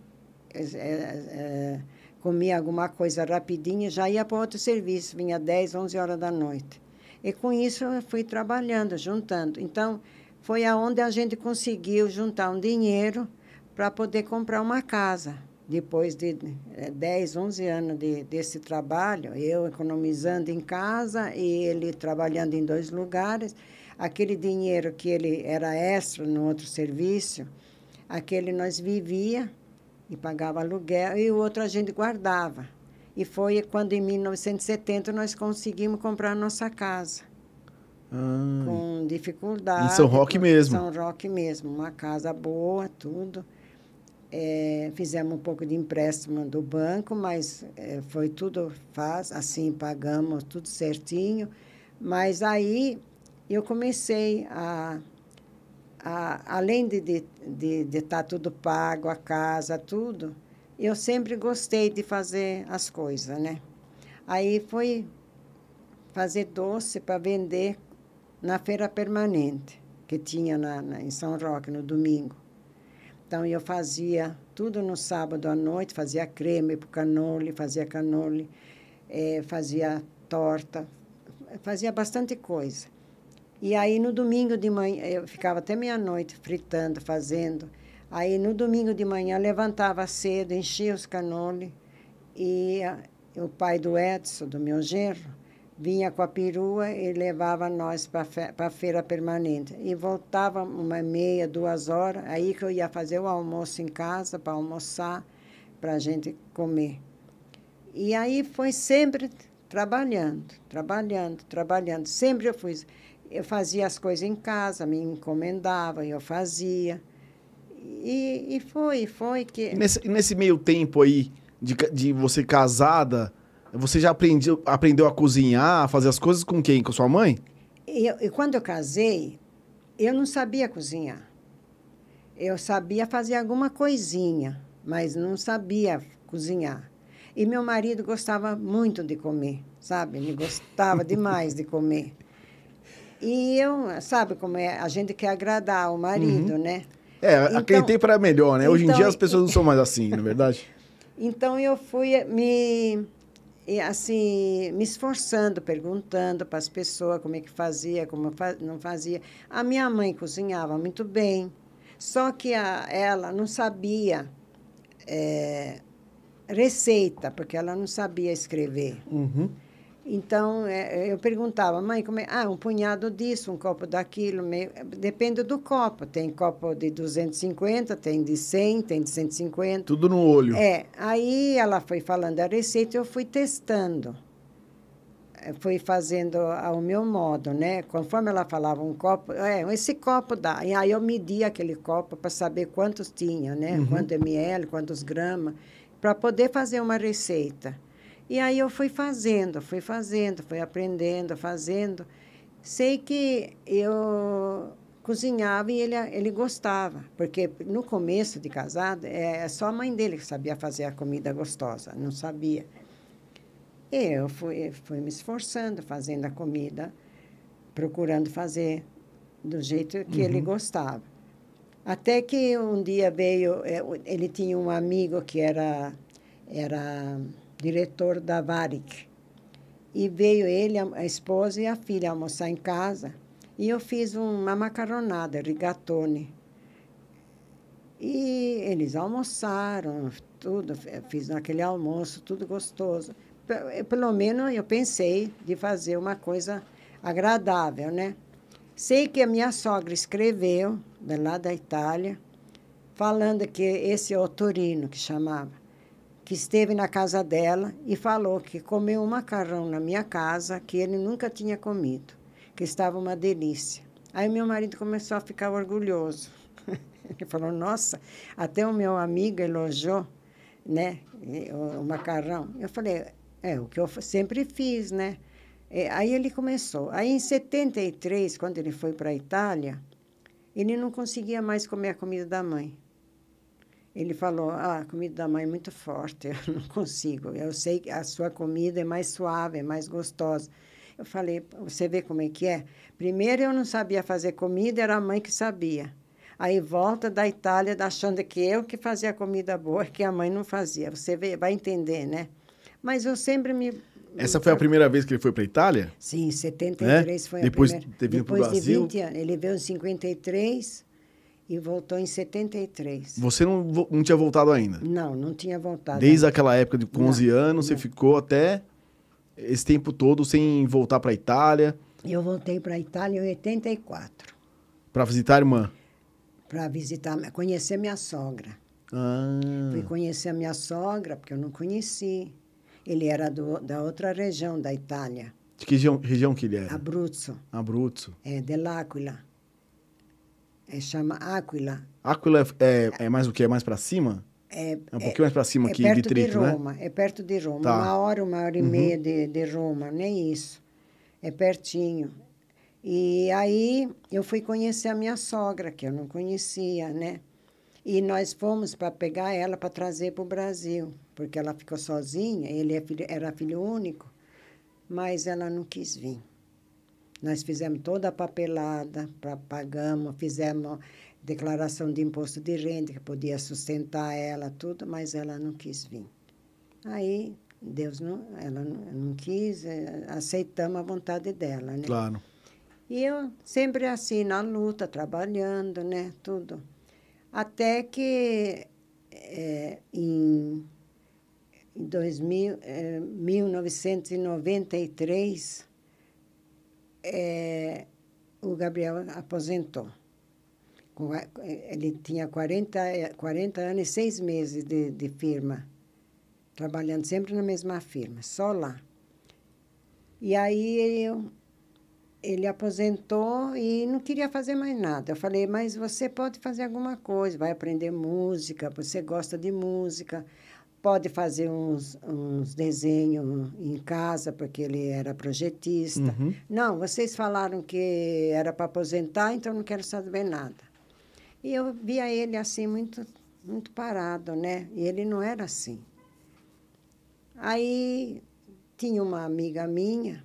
comia alguma coisa rapidinho, já ia para outro serviço, vinha 10, 11 horas da noite. E com isso eu fui trabalhando, juntando. Então foi aonde a gente conseguiu juntar um dinheiro para poder comprar uma casa. Depois de 10, 11 anos desse trabalho, eu economizando em casa e ele trabalhando em 2 lugares, aquele dinheiro que ele era extra no outro serviço, aquele nós vivia e pagava aluguel e o outro a gente guardava. E foi quando, em 1970, nós conseguimos comprar a nossa casa. Com dificuldade. Em São Roque mesmo. São Roque mesmo, uma casa boa, tudo. Fizemos um pouco de empréstimo do banco, mas foi tudo fácil, assim, pagamos tudo certinho. Mas aí eu comecei além de estar tudo pago, a casa, tudo, eu sempre gostei de fazer as coisas, né? Aí foi fazer doce para vender na feira permanente, que tinha em São Roque, no domingo. Então, eu fazia tudo no sábado à noite, fazia creme para canole, fazia torta, fazia bastante coisa. E aí, no domingo de manhã, eu ficava até meia-noite fritando, fazendo. Aí, no domingo de manhã, levantava cedo, enchia os canole, e o pai do Edson, do meu genro, vinha com a perua e levava nós para a feira permanente. E voltava 1h30, 2 horas, aí que eu ia fazer o almoço em casa, para almoçar, para a gente comer. E aí foi sempre trabalhando. Sempre eu fazia as coisas em casa, me encomendava, eu fazia. E foi que... Nesse meio tempo aí, de você casada... Você já aprendeu a cozinhar, a fazer as coisas com quem? Com sua mãe? E quando eu casei, eu não sabia cozinhar. Eu sabia fazer alguma coisinha, mas não sabia cozinhar. E meu marido gostava muito de comer, sabe? Ele gostava demais de comer. E sabe como é? A gente quer agradar o marido, né? Aquele tempo era melhor, né? Hoje em dia as pessoas não são mais assim, não é verdade? Então eu fui me esforçando, perguntando para as pessoas como é que fazia, como não fazia. A minha mãe cozinhava muito bem, só que ela não sabia receita, porque ela não sabia escrever. Uhum. Então, eu perguntava, mãe, como é? Um punhado disso, um copo daquilo. Depende do copo. Tem copo de 250, tem de 100, tem de 150. Tudo no olho. Aí ela foi falando a receita e eu fui testando. fui fazendo ao meu modo, né? Conforme ela falava um copo, esse copo dá. E aí eu media aquele copo para saber quantos tinha, né? Uhum. Quanto ml, quantos gramas, para poder fazer uma receita. E aí eu fui aprendendo, fazendo. Sei que eu cozinhava e ele gostava, porque no começo de casado, é só a mãe dele que sabia fazer a comida gostosa, não sabia. E eu fui me esforçando, fazendo a comida, procurando fazer do jeito que ele gostava. Até que um dia veio, ele tinha um amigo que era diretor da Varig, e veio ele, a esposa e a filha almoçar em casa, e eu fiz uma macarronada, rigatone. E eles almoçaram, tudo, fiz aquele almoço, tudo gostoso. Pelo menos eu pensei de fazer uma coisa agradável, né? Sei que a minha sogra escreveu, de lá da Itália, falando que esse Ottorino, que chamava, que esteve na casa dela e falou que comeu um macarrão na minha casa que ele nunca tinha comido, que estava uma delícia. Aí meu marido começou a ficar orgulhoso. Ele falou, nossa, até o meu amigo elogiou, né, o macarrão. Eu falei, o que eu sempre fiz, né? Aí ele começou. Aí em 73, quando ele foi para a Itália, ele não conseguia mais comer a comida da mãe. Ele falou, a comida da mãe é muito forte, eu não consigo. Eu sei que a sua comida é mais suave, é mais gostosa. Eu falei, você vê como é que é? Primeiro eu não sabia fazer comida, era a mãe que sabia. Aí volta da Itália achando que eu que fazia comida boa, que a mãe não fazia. Você vai entender, né? Mas eu sempre me... Essa foi a primeira vez que ele foi para a Itália? Sim, em 73 foi a primeira. Depois de vir para o Brasil? De 20 anos. Ele veio em 53 e voltou em 73. Você não tinha voltado ainda? Não tinha voltado. Desde aquela época de 11 anos, não. Você ficou até esse tempo todo sem voltar para a Itália? Eu voltei para a Itália em 84. Para visitar a irmã? Para conhecer minha sogra. Fui conhecer a minha sogra, porque eu não conheci. Ele era da outra região da Itália. De que região que ele era? Abruzzo. Abruzzo. Dell'Aquila. Chama Áquila. Áquila é mais o quê? É mais para cima? É um pouquinho mais para cima aqui de Trito, né? É perto de Roma. Tá. Uma hora e meia de Roma, nem isso. É pertinho. E aí eu fui conhecer a minha sogra, que eu não conhecia, né? E nós fomos para pegar ela para trazer para o Brasil, porque ela ficou sozinha, ele era filho único, mas ela não quis vir. Nós fizemos toda a papelada, pagamos, fizemos declaração de imposto de renda, que podia sustentar ela, tudo, mas ela não quis vir. Aí, ela não quis, aceitamos a vontade dela, né? Claro. E eu sempre assim, na luta, trabalhando, né, tudo. Até que em 1993, o Gabriel aposentou. Ele tinha 40 anos e 6 meses de firma, trabalhando sempre na mesma firma, só lá. E aí ele aposentou e não queria fazer mais nada. Eu falei, mas você pode fazer alguma coisa, vai aprender música, você gosta de música, pode fazer uns desenhos em casa, porque ele era projetista. Não, vocês falaram que era para aposentar, então não quero saber nada. E eu via ele assim, muito, muito parado, né? E ele não era assim. Aí tinha uma amiga minha,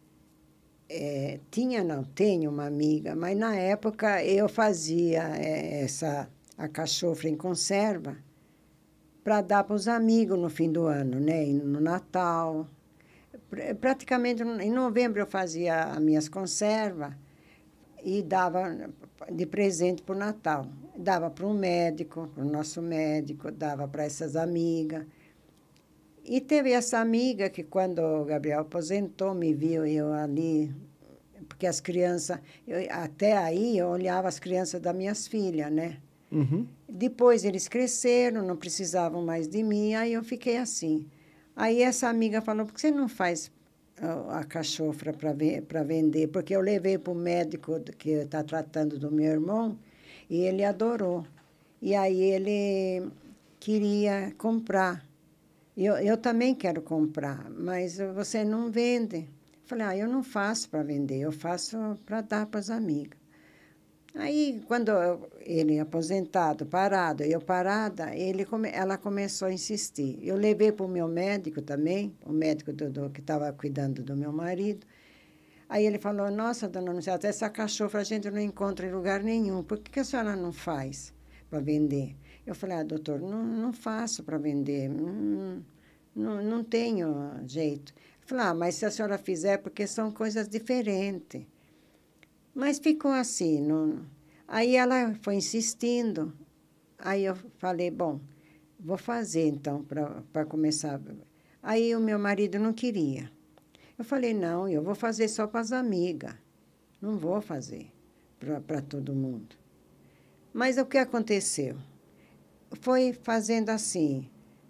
tenho uma amiga, mas na época eu fazia a cachofra em conserva para dar para os amigos no fim do ano, né? E no Natal. Praticamente em novembro eu fazia as minhas conservas e dava de presente para o Natal. Dava para um médico, para o nosso médico, dava para essas amigas. E teve essa amiga que, quando o Gabriel aposentou, me viu eu ali, porque as crianças... até aí, eu olhava as crianças das minhas filhas, né? Depois eles cresceram, não precisavam mais de mim, aí eu fiquei assim. Aí essa amiga falou, por que você não faz a cachofra para vender, porque eu levei para o médico que está tratando do meu irmão e ele adorou. E aí ele queria comprar. Eu também quero comprar, mas você não vende. Falei, eu não faço para vender, eu faço para dar para as amigas. Aí, quando ele aposentado, parado, eu parada, ela começou a insistir. Eu levei para o meu médico também, o médico que estava cuidando do meu marido. Aí ele falou, nossa, dona Anunciata, essa cachofra a gente não encontra em lugar nenhum. Por que a senhora não faz para vender? Eu falei, doutor, não faço para vender, não tenho jeito. Ele falou, mas se a senhora fizer, porque são coisas diferentes. Mas ficou assim. Aí ela foi insistindo. Aí eu falei, bom, vou fazer então para começar. Aí o meu marido não queria. Eu falei, não, eu vou fazer só para as amigas. Não vou fazer para todo mundo. Mas o que aconteceu? Foi fazendo assim.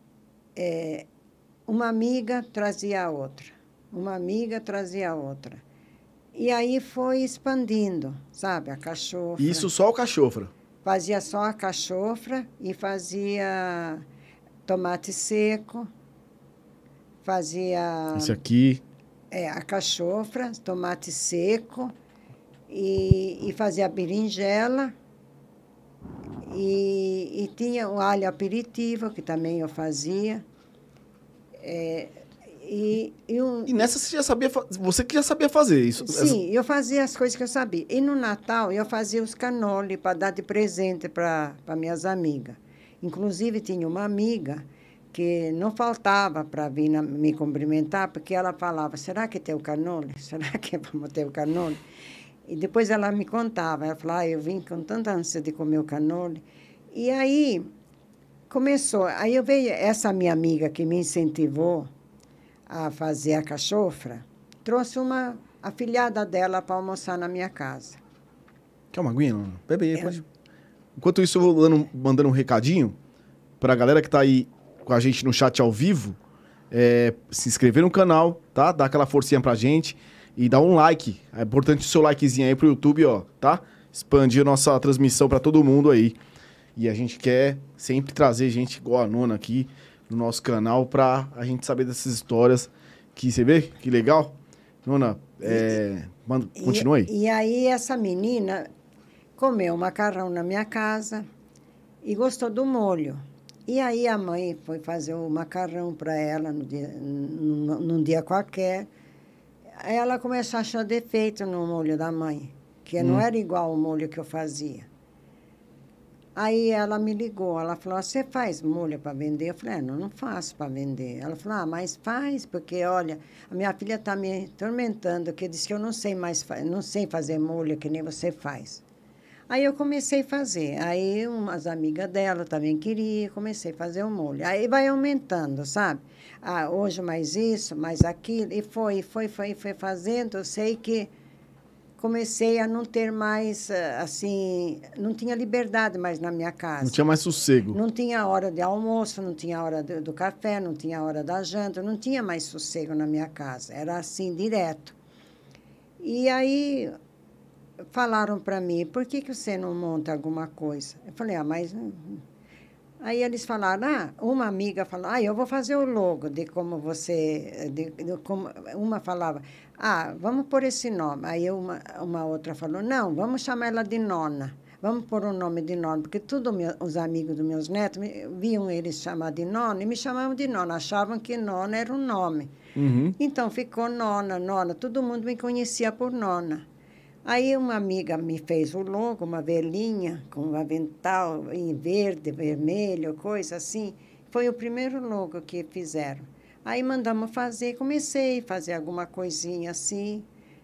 Uma amiga trazia a outra. Uma amiga trazia a outra. E aí foi expandindo, sabe, a cachofra. Isso só o cachofra? Fazia só a cachofra e fazia tomate seco, fazia... Esse aqui. A cachofra, tomate seco e fazia berinjela. E tinha o alho aperitivo, que também eu fazia. E nessa você que já sabia fazer isso? Sim, eu fazia as coisas que eu sabia. E no Natal eu fazia os cannoli para dar de presente para minhas amigas. Inclusive tinha uma amiga que não faltava para vir me cumprimentar, porque ela falava, será que tem o cannoli? Será que vamos ter o cannoli? E depois ela me contava, ela falava, eu vim com tanta ânsia de comer o cannoli. E aí começou, aí eu veio essa minha amiga que me incentivou a fazer a cachofra, trouxe uma afilhada dela para almoçar na minha casa. Quer uma aguinha? Bebe aí, pode. Enquanto isso, eu vou mandando um recadinho para a galera que está aí com a gente no chat ao vivo, se inscrever no canal, tá? Dá aquela forcinha pra gente e dá um like. É importante o seu likezinho aí pro YouTube, ó, tá? Expandir a nossa transmissão para todo mundo aí. E a gente quer sempre trazer gente igual a Nona aqui no nosso canal para a gente saber dessas histórias que você vê que legal. Nona, continua aí. E aí essa menina comeu macarrão na minha casa e gostou do molho. E aí a mãe foi fazer o macarrão para ela num dia qualquer. Aí ela começou a achar defeito no molho da mãe, que não era igual o molho que eu fazia. Aí ela me ligou, ela falou, você faz molho para vender? Eu falei, não faço para vender. Ela falou, mas faz, porque, olha, a minha filha está me atormentando, que disse que eu não sei não sei fazer molho que nem você faz. Aí eu comecei a fazer. Aí umas amigas dela também queriam, comecei a fazer o molho. Aí vai aumentando, sabe? Hoje mais isso, mais aquilo, e foi fazendo. Eu sei que comecei a não ter mais, assim, não tinha liberdade mais na minha casa. Não tinha mais sossego. Não tinha hora de almoço, não tinha hora do café, não tinha hora da janta, não tinha mais sossego na minha casa. Era assim, direto. E aí falaram para mim, por que você não monta alguma coisa? Eu falei, mas... Aí eles falaram, uma amiga falou, eu vou fazer o logo de como você... uma falava, vamos pôr esse nome. Aí uma outra falou, não, vamos chamar ela de Nona. Vamos pôr o nome de Nona, porque todos os amigos dos meus netos viam eles chamar de Nona e me chamavam de Nona, achavam que Nona era um nome. Uhum. Então ficou Nona, todo mundo me conhecia por Nona. Aí uma amiga me fez o logo, uma velhinha com um avental em verde, vermelho, coisa assim. Foi o primeiro logo que fizeram. Aí mandamos fazer, comecei a fazer alguma coisinha assim,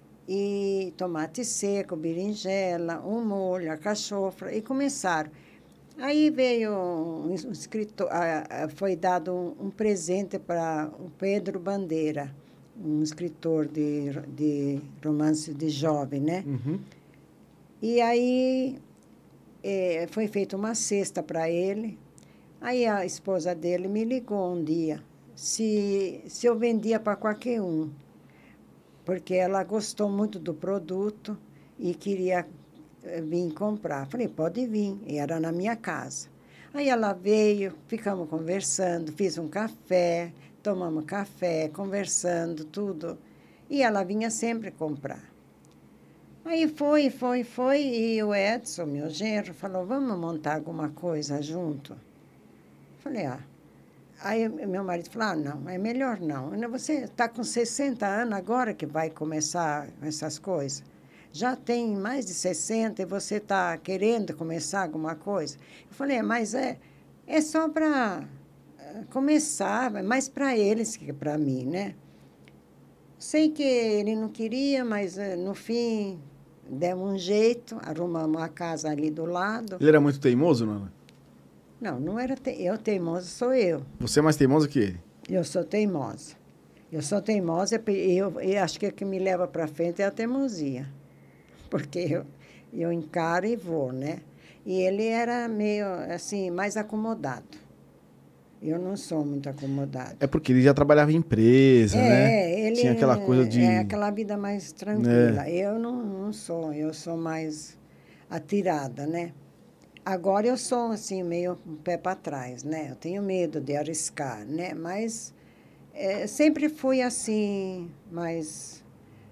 e tomate seco, berinjela, um molho, a cachofra, e começaram. Aí veio um escritor, foi dado um presente para o Pedro Bandeira, um escritor de romance de jovem, né? Uhum. E aí foi feita uma cesta para ele. Aí a esposa dele me ligou um dia se eu vendia para qualquer um. porque ela gostou muito do produto e queria vir comprar. Falei, pode vir. E era na minha casa. Aí ela veio, ficamos conversando, fiz um café, tomamos café, conversando, tudo. E ela vinha sempre comprar. Aí foi, e o Edson, meu genro, falou, vamos montar alguma coisa junto? Falei, ah. Aí meu marido falou, ah, não, é melhor não. Você está com 60 anos agora que vai começar essas coisas. Já tem mais de 60 e você está querendo começar alguma coisa? Eu falei, mas é só para começar, é mais para eles que para mim, né? Sei que ele não queria, mas no fim demos um jeito, arrumamos a casa ali do lado. Ele era muito teimoso, Nana? Não, não era eu teimosa, sou eu. Você é mais teimosa que ele? Eu sou teimosa. Eu sou teimosa e eu acho que o que me leva para frente é a teimosia. Porque eu encaro e vou, né? E ele era meio, assim, mais acomodado. Eu não sou muito acomodada. É porque ele já trabalhava em empresa, né? Ele tinha aquela coisa de... aquela vida mais tranquila. Eu não sou, eu sou mais atirada, né? Agora eu sou, assim, meio um pé para trás, né? Eu tenho medo de arriscar, né? Mas sempre fui, assim, mais...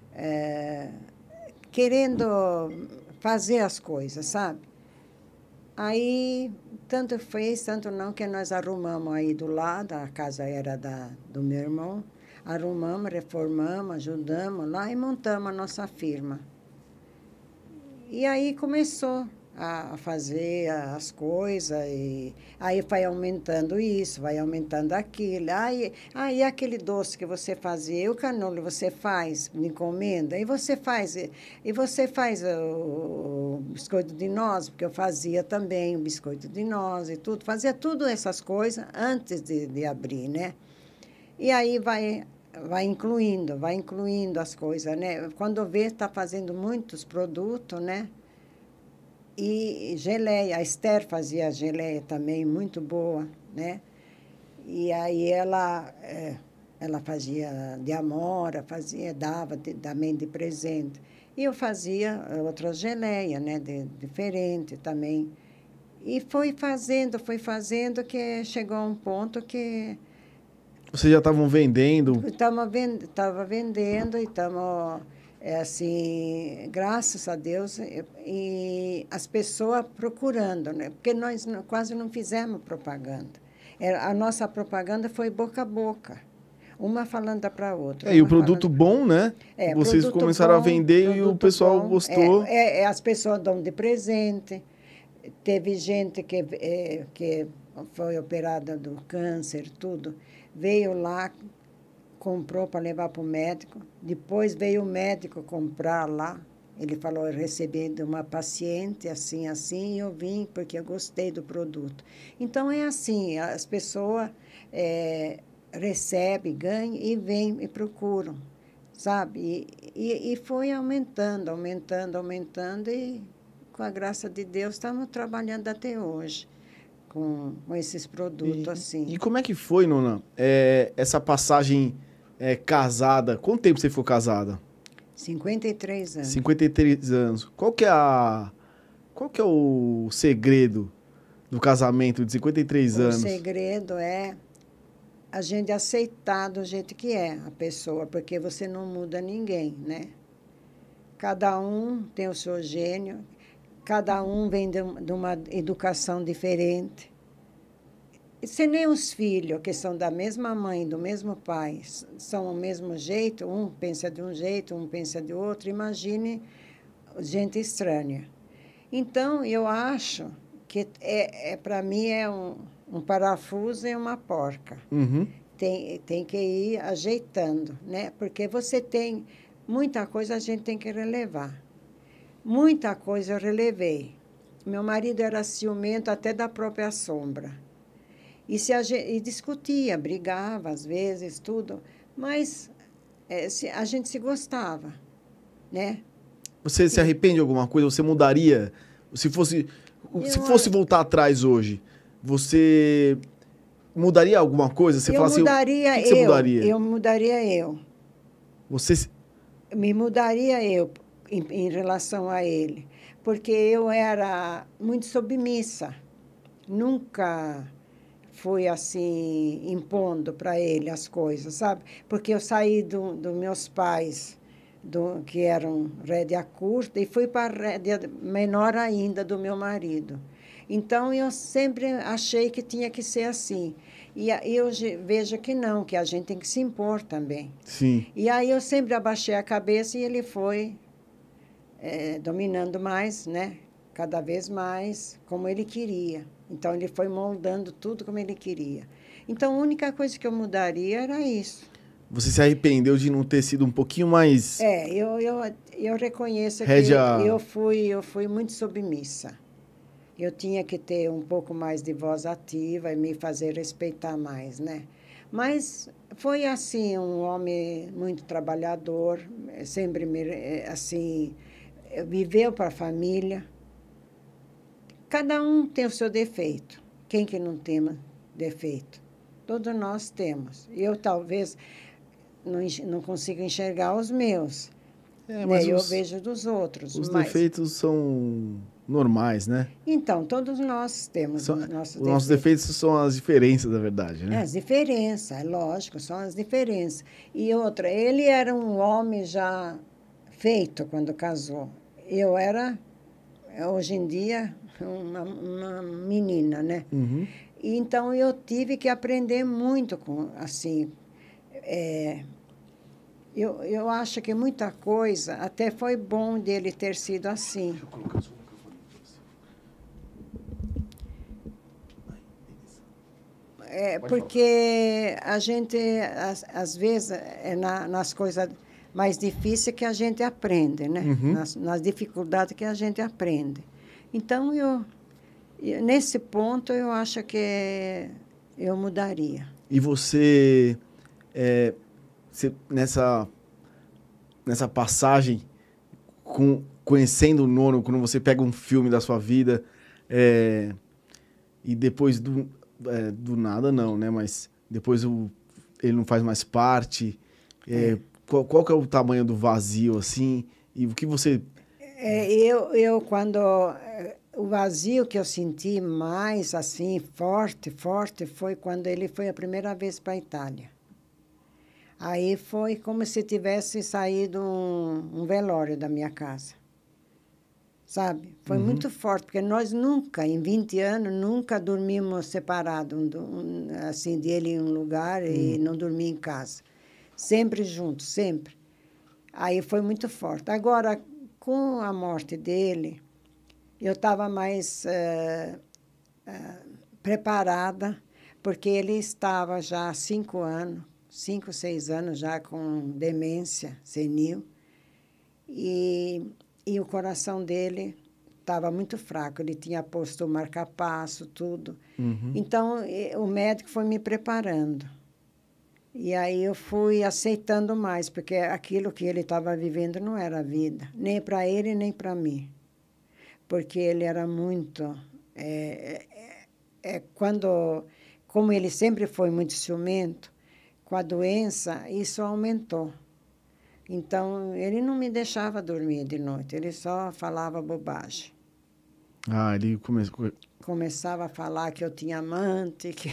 querendo fazer as coisas, sabe? Aí, tanto fez, tanto não, que nós arrumamos aí do lado, a casa era do meu irmão, arrumamos, reformamos, ajudamos lá e montamos a nossa firma. E aí começou a fazer as coisas, e aí vai aumentando isso, vai aumentando aquilo. Aí aquele doce que você fazia, e o canolo você faz de encomenda, e você faz o biscoito de noz, porque eu fazia também o biscoito de noz e tudo, fazia tudo essas coisas antes de abrir, né? E aí vai incluindo as coisas, né? Quando vê, está fazendo muitos produtos, né? E geleia, a Esther fazia geleia também, muito boa, né? E aí ela fazia de amora, dava também de presente. E eu fazia outras geleias, né? Diferente também. E foi fazendo, que chegou a um ponto que... Vocês já estavam vendendo? Estava vendendo e estamos... assim, graças a Deus, e as pessoas procurando, né? Porque nós quase não fizemos propaganda. A nossa propaganda foi boca a boca, uma falando para a outra. E o produto bom, né? Vocês começaram a vender e o pessoal gostou. As pessoas dão de presente. Teve gente que foi operada do câncer, tudo, veio lá, comprou para levar para o médico. Depois veio o médico comprar lá. Ele falou, eu recebi de uma paciente, assim, e eu vim porque eu gostei do produto. Então, é assim, as pessoas recebem, ganham e vêm e procuram, sabe? E foi aumentando, e com a graça de Deus estamos trabalhando até hoje com esses produtos, assim. E como é que foi, Nona, essa passagem... casada. Quanto tempo você ficou casada? 53 anos. 53 anos. Qual que é o segredo do casamento de 53 anos? O segredo é a gente aceitar do jeito que é a pessoa, porque você não muda ninguém, né? Cada um tem o seu gênio, cada um vem de uma educação diferente. Se nem os filhos, que são da mesma mãe, do mesmo pai, são do mesmo jeito, um pensa de um jeito, um pensa de outro, imagine gente estranha. Então, eu acho que, para mim, é um parafuso e uma porca. Uhum. Tem que ir ajeitando, né? Porque você tem... Muita coisa a gente tem que relevar. Muita coisa eu relevei. Meu marido era ciumento até da própria sombra. E discutia, brigava às vezes, tudo, mas a gente se gostava, né? Você se arrepende de alguma coisa? Você mudaria? Se fosse voltar atrás hoje, você mudaria alguma coisa? Você fala assim, o que você mudaria? Eu mudaria eu. Você... me mudaria eu em relação a ele, porque eu era muito submissa. Nunca fui assim, impondo para ele as coisas, sabe? Porque eu saí dos meus pais, que eram rédea curta, e fui para a rédea menor ainda do meu marido. Então, eu sempre achei que tinha que ser assim. E eu vejo que não, que a gente tem que se impor também. Sim. E aí eu sempre abaixei a cabeça e ele foi dominando mais, né? Cada vez mais como ele queria. Então, ele foi moldando tudo como ele queria. Então, a única coisa que eu mudaria era isso. Você se arrependeu de não ter sido um pouquinho mais... Eu reconheço Rédea... que eu fui muito submissa. Eu tinha que ter um pouco mais de voz ativa e me fazer respeitar mais, né? Mas foi assim, um homem muito trabalhador, sempre assim, viveu para a família. Cada um tem o seu defeito. Quem que não tem defeito? Todos nós temos. Eu talvez não consiga enxergar os meus. Mas eu vejo dos outros. Os defeitos são normais, né? Então, todos nós temos os nossos defeitos. Os nossos defeitos são as diferenças, na verdade, né? As diferenças, é lógico, são as diferenças. E outra, ele era um homem já feito quando casou. Eu era, hoje em dia, uma menina, né? Uhum. E, então, eu tive que aprender muito assim... Eu acho que muita coisa, até foi bom dele ter sido assim. Deixa eu colocar só o microfone para você. Porque a gente, às vezes, nas coisas mais difíceis que a gente aprende, né? Uhum. Nas dificuldades que a gente aprende. Então, nesse ponto, eu acho que eu mudaria. E você nessa passagem, conhecendo o Nono, quando você pega um filme da sua vida, e depois do nada não, né? Mas depois ele não faz mais parte. Qual que é o tamanho do vazio, assim? E o que você... O vazio que eu senti mais, assim, forte, foi quando ele foi a primeira vez para a Itália. Aí foi como se tivesse saído um velório da minha casa. Sabe? Foi muito forte, porque nós nunca, em 20 anos, nunca dormimos separados, assim, dele em um lugar e não dormir em casa. Sempre juntos, sempre. Aí foi muito forte. Agora, com a morte dele, eu estava mais preparada, porque ele estava já há 5 anos, 5, 6 anos já com demência senil, e o coração dele estava muito fraco. Ele tinha posto o marca-passo, tudo. Uhum. Então, o médico foi me preparando. E aí eu fui aceitando mais, porque aquilo que ele estava vivendo não era vida, nem para ele, nem para mim. Porque ele era muito... como ele sempre foi muito ciumento, com a doença, isso aumentou. Então, ele não me deixava dormir de noite, ele só falava bobagem. Ah, ele começava a falar que eu tinha amante, que...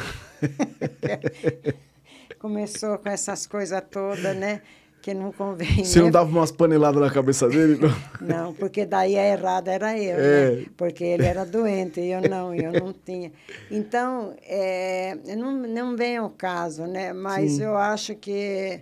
Começou com essas coisas todas, né? Que não convém. Você não dava umas paneladas na cabeça dele? Não, não, porque daí a errada era eu, né? Porque ele era doente e eu não tinha. Então, não vem ao caso, né? Mas Sim. Eu acho que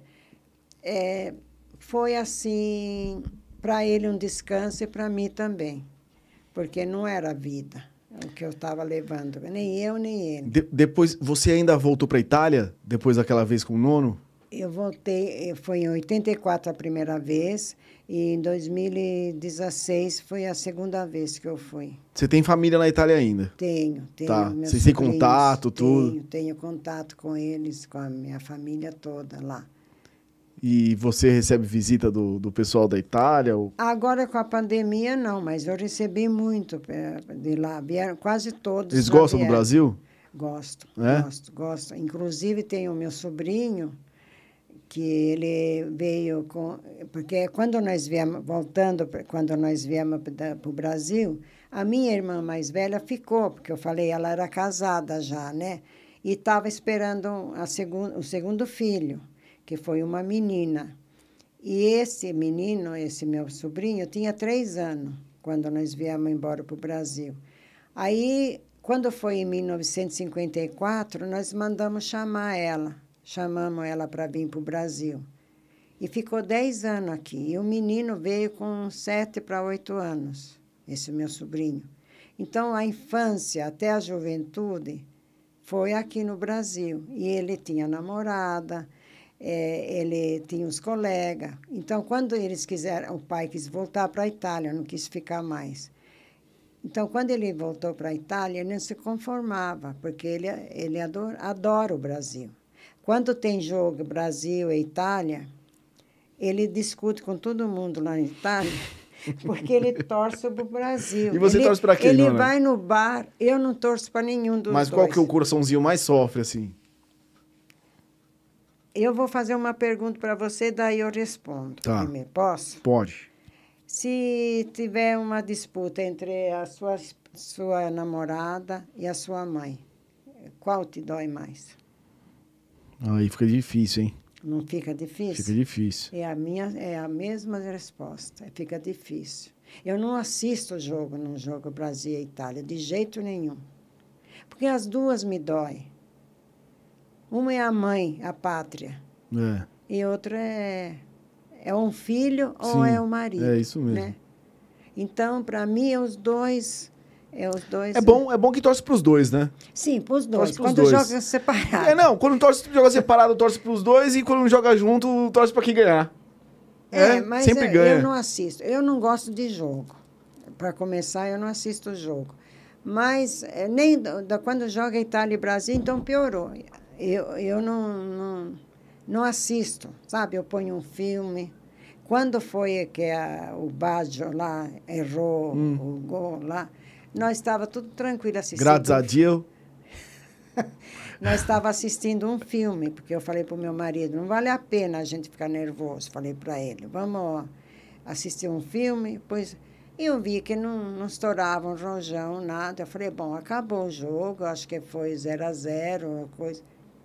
foi assim, para ele um descanso e para mim também. Porque não era vida o que eu estava levando, nem eu, nem ele. Depois, você ainda voltou para a Itália, depois daquela vez com o Nono? Eu voltei, foi em 84 a primeira vez, e em 2016 foi a segunda vez que eu fui. Você tem família na Itália ainda? Tenho. Tá. Vocês têm contato, tudo? Tenho contato com eles, com a minha família toda lá. E você recebe visita do pessoal da Itália? Ou... Agora, com a pandemia, não, mas eu recebi muito de lá. Vieram quase todos. Eles gostam do Brasil? Gosto, é? gosto. Inclusive, tem o meu sobrinho, que ele veio com... Porque quando nós viemos, quando nós viemos para o Brasil, a minha irmã mais velha ficou, porque eu falei, ela era casada já, né? E estava esperando o segundo filho, que foi uma menina. E esse menino, esse meu sobrinho, tinha 3 anos, quando nós viemos embora para o Brasil. Aí, quando foi em 1954, nós mandamos chamar ela. Chamamos ela para vir para o Brasil. E ficou 10 anos aqui. E o menino veio com 7 para 8 anos, esse meu sobrinho. Então, a infância até a juventude foi aqui no Brasil. E ele tinha namorada, ele tinha os colegas. Então, quando eles quiseram, o pai quis voltar para a Itália, não quis ficar mais. Então, quando ele voltou para a Itália, ele não se conformava, porque ele adora o Brasil. Quando tem jogo Brasil e Itália, ele discute com todo mundo lá na Itália, porque ele torce para o Brasil. E você torce para quem, Ele Nona? vai no bar, eu não torço para nenhum dos dois. Mas qual que o coraçãozinho mais sofre, assim? Eu vou fazer uma pergunta para você, daí eu respondo. Tá. Primeiro. Posso? Pode. Se tiver uma disputa entre a sua namorada e a sua mãe, qual te dói mais? Aí fica difícil, hein? Não fica difícil? Fica difícil. É a mesma resposta. Fica difícil. Eu não assisto no jogo Brasil e Itália, de jeito nenhum. Porque as duas me doem. Uma é a mãe, a pátria. É. E outra é um filho ou Sim, é o marido. é isso mesmo. Né? Então, para mim, os dois... É bom que torce pros dois, né? Sim, pros dois. Torce pros Quando dois. joga separado. Não, quando joga separado, torce pros dois, e quando joga junto, torce pra quem ganhar. Mas sempre ganha. Eu não assisto. Eu não gosto de jogo. Para começar, eu não assisto o jogo. Mas nem quando joga Itália e Brasil, então piorou. Eu não assisto, sabe? Eu ponho um filme. Quando foi que o Baggio lá errou o gol lá, nós estava tudo tranquilo assistindo. Graças a Deus. Nós estava assistindo um filme, porque eu falei para o meu marido, não vale a pena a gente ficar nervoso. Falei para ele, vamos assistir um filme. Pois eu vi que não estourava um rojão, nada. Eu falei, bom, acabou o jogo, acho que foi 0-0, coisa.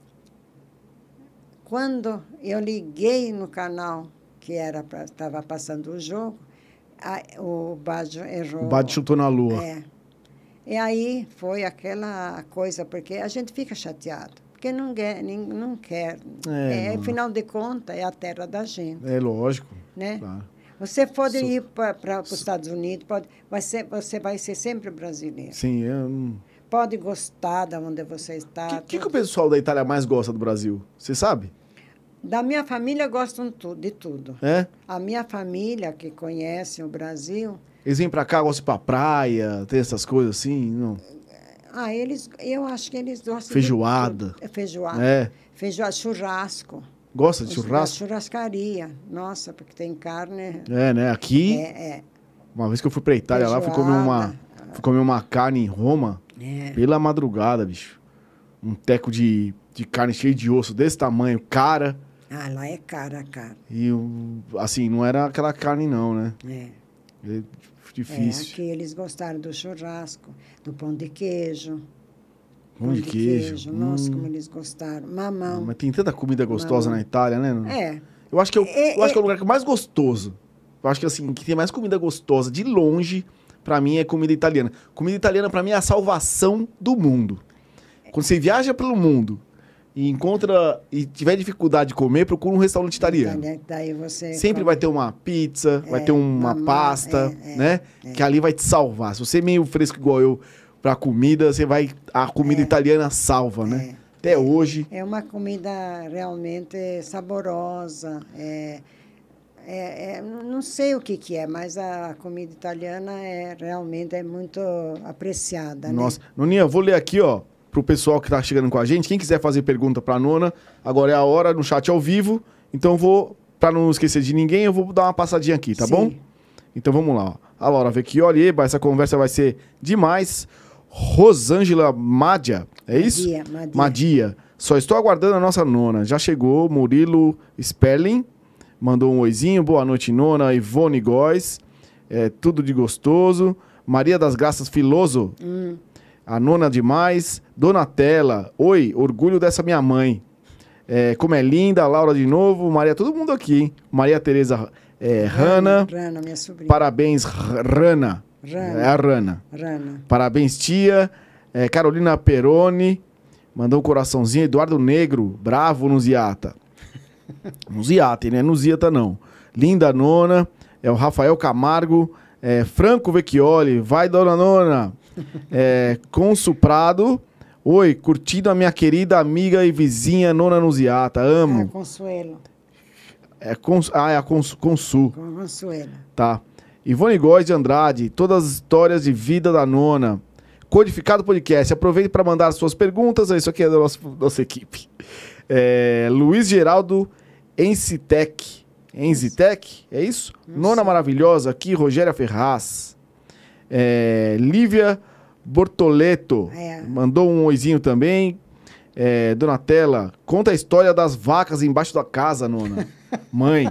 Quando eu liguei no canal que estava passando o jogo, o Baggio errou. O Baggio chutou na lua. E aí foi aquela coisa, porque a gente fica chateado, porque não quer. Afinal de contas, é a terra da gente. É lógico. Né? Claro. Você pode ir para os Estados Unidos, você vai ser sempre brasileiro. Sim, Pode gostar de onde você está. O que o pessoal da Itália mais gosta do Brasil? Você sabe? Da minha família gostam de tudo. É? A minha família, que conhece o Brasil... Eles vêm pra cá, gostam de ir pra praia, tem essas coisas assim? Não. Eu acho que eles gostam Feijoada. de tudo. Feijoada. Feijoada, churrasco. Gosta de churrasco? Churrascaria. Nossa, porque tem carne... né? Aqui, uma vez que eu fui pra Itália lá, fui comer uma carne em Roma, pela madrugada, bicho. Um teco de carne cheio de osso desse tamanho, cara. Ah, lá é cara. E, assim, não era aquela carne não, né? É difícil. Aqui eles gostaram do churrasco, do pão de queijo. Pão de queijo. Nossa, como eles gostaram. Mamão. Mas tem tanta comida gostosa na Itália, né? Eu acho que é o lugar mais gostoso. Eu acho que assim, que tem mais comida gostosa de longe, pra mim, é comida italiana. Comida italiana, pra mim, é a salvação do mundo. Quando você viaja pelo mundo e tiver dificuldade de comer, procura um restaurante italiano. Daí você sempre vai ter uma pizza, vai ter uma pasta, né? Que ali vai te salvar. Se você é meio fresco igual eu pra comida, a comida italiana salva, né? Até hoje. É uma comida realmente saborosa. Não sei o que é, mas a comida italiana realmente é muito apreciada. Nossa, né? Noninha, eu vou ler aqui, ó, pro pessoal que tá chegando com a gente. Quem quiser fazer pergunta pra Nona, agora é a hora, no chat ao vivo. Então pra não esquecer de ninguém, eu vou dar uma passadinha aqui, tá bom? Então vamos lá, ó. A Laura Vecchioli, essa conversa vai ser demais. Rosângela Madia, é isso? Madia. Só estou aguardando a nossa nona. Já chegou, Murilo Sperling. Mandou um oizinho. Boa noite, nona. Ivone Góes. Tudo de gostoso. Maria das Graças Filoso. A nona demais. Donatella. Oi, orgulho dessa minha mãe. Como é linda. Laura de novo. Maria, todo mundo aqui, hein? Maria Tereza Rana. Rana, minha sobrinha. Parabéns, Rana. Rana. É a Rana. Rana. Parabéns, tia. Carolina Peroni. Mandou um coraçãozinho. Eduardo Negro. Bravo, Nuziata. Nuziata, né? Nuziata não. Linda nona. O Rafael Camargo. Franco Vecchioli. Vai, dona nona. Consu Prado. Oi, curtindo a minha querida amiga e vizinha nona Nuziata. Amo. Consuelo. A Consu. Consuelo. Tá. Ivone Góes de Andrade. Todas as histórias de vida da nona. Codificado Podcast. Aproveite para mandar suas perguntas. Isso aqui é da nossa equipe. Luiz Geraldo Enzitec. Enzitec? É isso? Nona maravilhosa aqui. Rogéria Ferraz. Lívia Bortoleto. Mandou um oizinho também. Donatella. Conta a história das vacas embaixo da casa, nona. Mãe.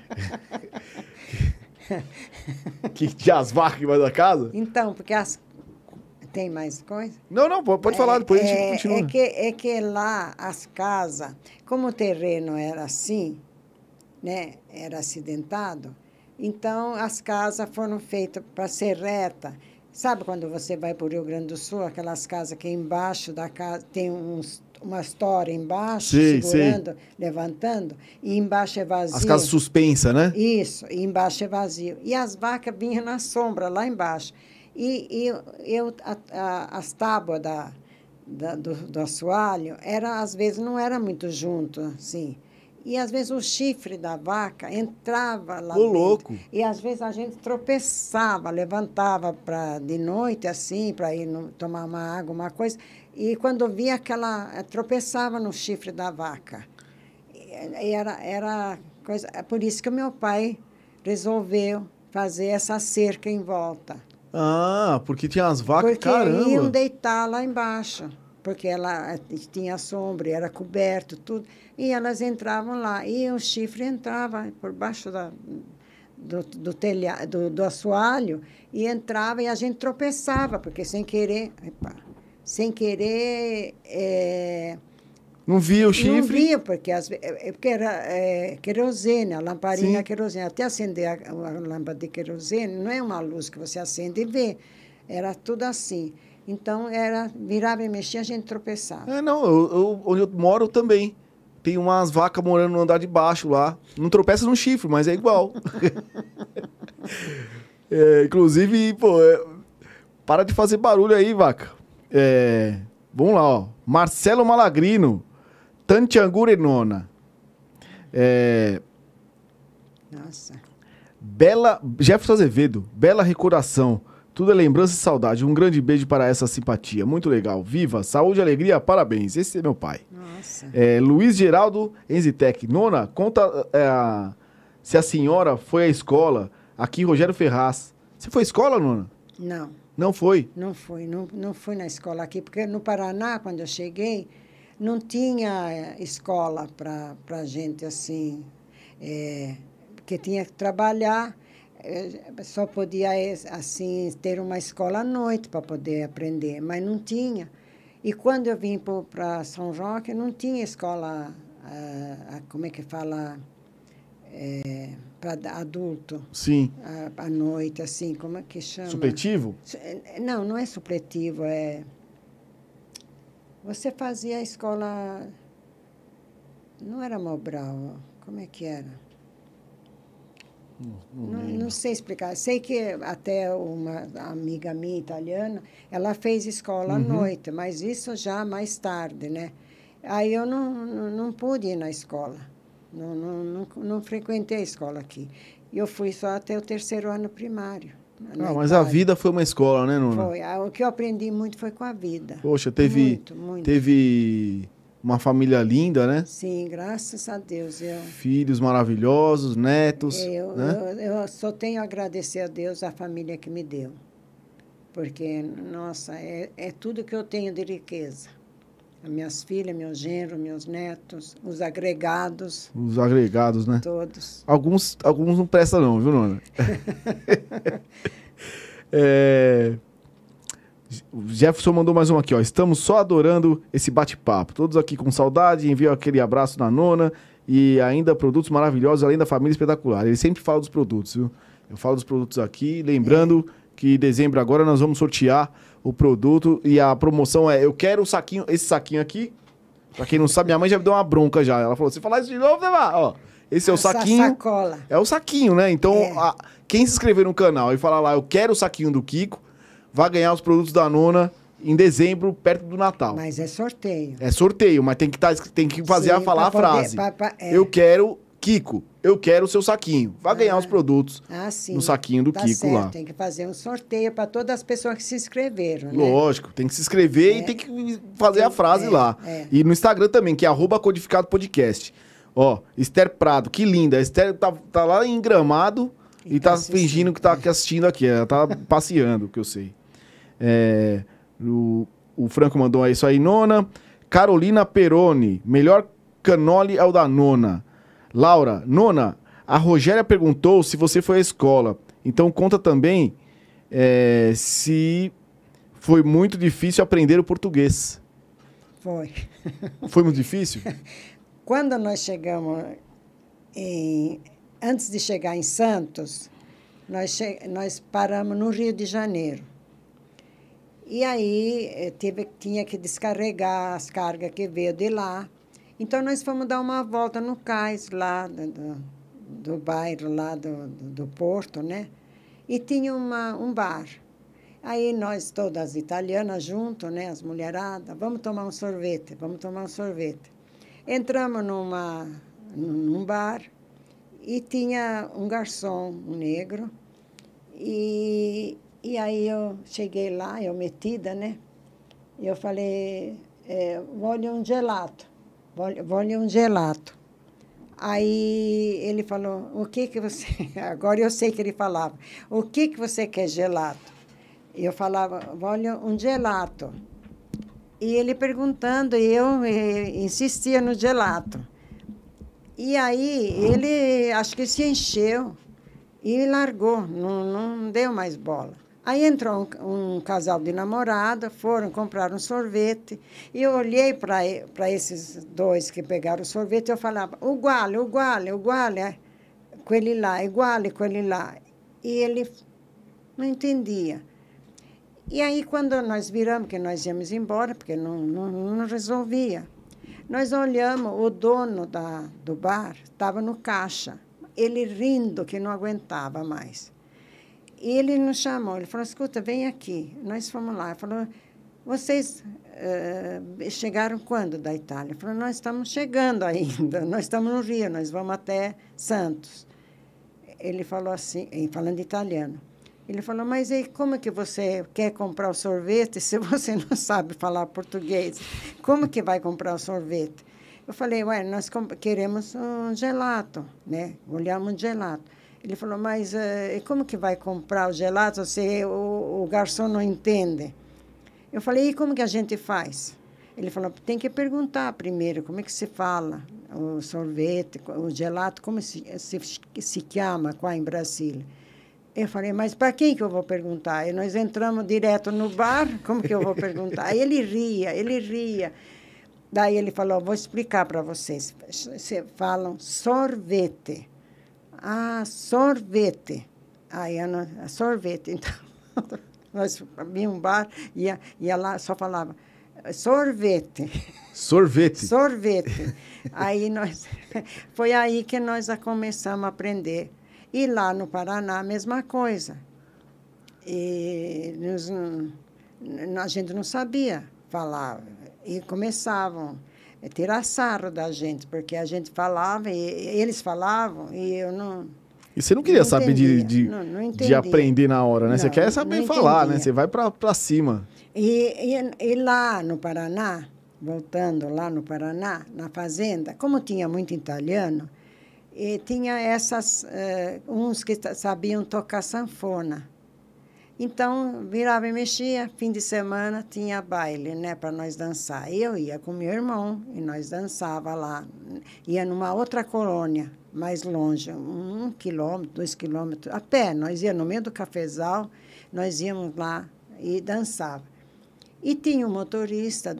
Que tinha as vacas embaixo da casa? Então, porque tem mais coisa? Não, pode falar, depois a gente continua. É que lá as casas, como o terreno era assim, né, era acidentado, então as casas foram feitas para ser reta. Sabe quando você vai para o Rio Grande do Sul, aquelas casas que embaixo da casa tem uma história embaixo, segurando, levantando, e embaixo é vazio. As casas suspensas, né? Isso, e embaixo é vazio. E as vacas vinham na sombra, lá embaixo. E as tábuas do assoalho, às vezes não era muito junto, assim. E às vezes o chifre da vaca entrava lá dentro. Louco. E às vezes a gente tropeçava, levantava de noite, assim, para ir tomar uma água, uma coisa. E quando via tropeçava no chifre da vaca. E era coisa. É por isso que o meu pai resolveu fazer essa cerca em volta. Ah, porque tinha as vacas, porque caramba. Porque iam deitar lá embaixo. Porque ela tinha sombra, era coberto, tudo. E elas entravam lá. E o chifre entrava por baixo do telhado, do assoalho, e entrava e a gente tropeçava, porque sem querer... Não via o chifre? Não via, porque era querosene, a lamparina querosene. Até acender a lâmpada de querosene, não é uma luz que você acende e vê. Era tudo assim. Então, virava e mexia, a gente tropeçava. Onde eu moro também. Tem umas vacas morando no andar de baixo lá. Não tropeça no chifre, mas é igual. Inclusive, para de fazer barulho aí, vaca. Vamos lá, ó. Marcelo Malagrino. Tantiangurenona. Nossa. Jefferson Azevedo. Bela recordação. Tudo é lembrança e saudade. Um grande beijo para essa simpatia. Muito legal. Viva, saúde e alegria, parabéns. Esse é meu pai. Nossa. Luiz Geraldo Enzitec. Nona, conta se a senhora foi à escola. Aqui, Rogério Ferraz. Você foi à escola, nona? Não. Não foi? Não fui. Não fui na escola aqui, porque no Paraná, quando eu cheguei, não tinha escola para gente assim, porque tinha que trabalhar. Só podia, assim, ter uma escola à noite para poder aprender, mas não tinha. E quando eu vim para São Roque, não tinha escola, como é que fala, para adulto. Sim. À noite, assim, como é que chama? Supletivo? Não é supletivo, Você fazia a escola... Não era Mobral, como é que era? Não sei explicar. Sei que até uma amiga minha italiana, ela fez escola à noite, mas isso já mais tarde, né? Aí eu não pude ir na escola. Não frequentei a escola aqui. Eu fui só até o 3º ano primário. Mas a vida foi uma escola, né, nona? Foi. O que eu aprendi muito foi com a vida. Poxa, teve uma família linda, né? Sim, graças a Deus. Filhos maravilhosos, netos. Eu só tenho a agradecer a Deus a família que me deu. Porque, nossa, é tudo que eu tenho de riqueza. As minhas filhas, meus genros, meus netos, os agregados. Os agregados, né? Todos. Alguns não prestam não, viu, Nona? O Jefferson mandou mais um aqui, ó. Estamos só adorando esse bate-papo. Todos aqui com saudade, envio aquele abraço na Nona e ainda produtos maravilhosos, além da família espetacular. Ele sempre fala dos produtos, viu? Eu falo dos produtos aqui, lembrando que em dezembro agora nós vamos sortear o produto e a promoção eu quero o saquinho, esse saquinho aqui. Pra quem não sabe, minha mãe já me deu uma bronca já. Ela falou, se falar isso de novo, você vai, ó. Esse é o saquinho. Sacola. É o saquinho, né? Então, quem se inscrever no canal e falar lá, eu quero o saquinho do Kiko, vai ganhar os produtos da Nona em dezembro, perto do Natal. Mas é sorteio. É sorteio, mas tem que fazer Sim, falar a frase. É. Eu quero, Kiko, eu quero o seu saquinho. Vai ganhar os produtos sim. no saquinho do Kiko certo. lá. Tem que fazer um sorteio para todas as pessoas que se inscreveram, né? Lógico, tem que se inscrever e tem que fazer a frase lá. E no Instagram também, que é @codificadopodcast. Ó, Esther Prado, que linda. A Esther tá lá em Gramado e tá fingindo que tá assistindo aqui. Ela tá passeando, que eu sei. O Franco mandou isso aí, Nona. Carolina Peroni, melhor canole é o da Nona. Laura, Nona, a Rogéria perguntou se você foi à escola. Então conta também se foi muito difícil aprender o português. Foi. Foi muito difícil? Quando nós chegamos, antes de chegar em Santos, nós paramos no Rio de Janeiro. E aí tinha que descarregar as cargas que veio de lá. Então, nós fomos dar uma volta no cais lá do bairro, lá do porto, né? E tinha um bar. Aí nós, todas italianas junto, né? As mulheradas, vamos tomar um sorvete. Entramos num bar e tinha um garçom, um negro. E aí eu cheguei lá, eu metida, né? E eu falei, voglio um gelato. Voglio um gelato. Aí ele falou, o que você... Agora eu sei que ele falava. O que você quer gelato? E eu falava, voglio um gelato. E ele perguntando, e eu insistia no gelato. E aí ele, acho que se encheu e largou, não deu mais bola. Aí entrou um casal de namorada, foram comprar um sorvete, e eu olhei para esses dois que pegaram o sorvete, e eu falava, uguale, quelli lá, iguale, quelli lá. E ele não entendia. E aí, quando nós viramos, que nós íamos embora, porque não resolvia, nós olhamos, o dono do bar estava no caixa, ele rindo que não aguentava mais. E ele nos chamou, ele falou, escuta, vem aqui. Nós fomos lá, ele falou, vocês chegaram quando da Itália? Ele falou, nós estamos chegando ainda, nós estamos no Rio, nós vamos até Santos. Ele falou assim, falando italiano, ele falou, mas aí como é que você quer comprar o sorvete se você não sabe falar português? Como que vai comprar o sorvete? Eu falei, ué, nós queremos um gelato, né? Olhamos um gelato. Ele falou, mas como que vai comprar o gelato se o garçom não entende? Eu falei, e como que a gente faz? Ele falou, tem que perguntar primeiro como é que se fala o sorvete, o gelato, como se chama qua em Brasília. Eu falei, mas para quem que eu vou perguntar? E nós entramos direto no bar, como que eu vou perguntar? Aí ele ria. Daí ele falou, vou explicar para vocês. Vocês falam sorvete. Ah, sorvete. Aí, sorvete. Então, nós víamos um bar e lá só falava sorvete. Sorvete. Aí foi aí que nós começamos a aprender. E lá no Paraná, a mesma coisa. E a gente não sabia falar. E começavam a tirar sarro da gente, porque a gente falava, e eles falavam, e eu não... E você não queria saber de aprender na hora, né? Você quer saber falar, né? Você vai pra cima. E lá no Paraná, voltando lá no Paraná, na fazenda, como tinha muito italiano, e tinha uns que sabiam tocar sanfona. Então, virava e mexia, fim de semana tinha baile, né, para nós dançar. Eu ia com meu irmão e nós dançava lá. Ia numa outra colônia, mais longe, 1 quilômetro, 2 quilômetros, a pé. Nós ia no meio do cafezal, nós íamos lá e dançava. E tinha um motorista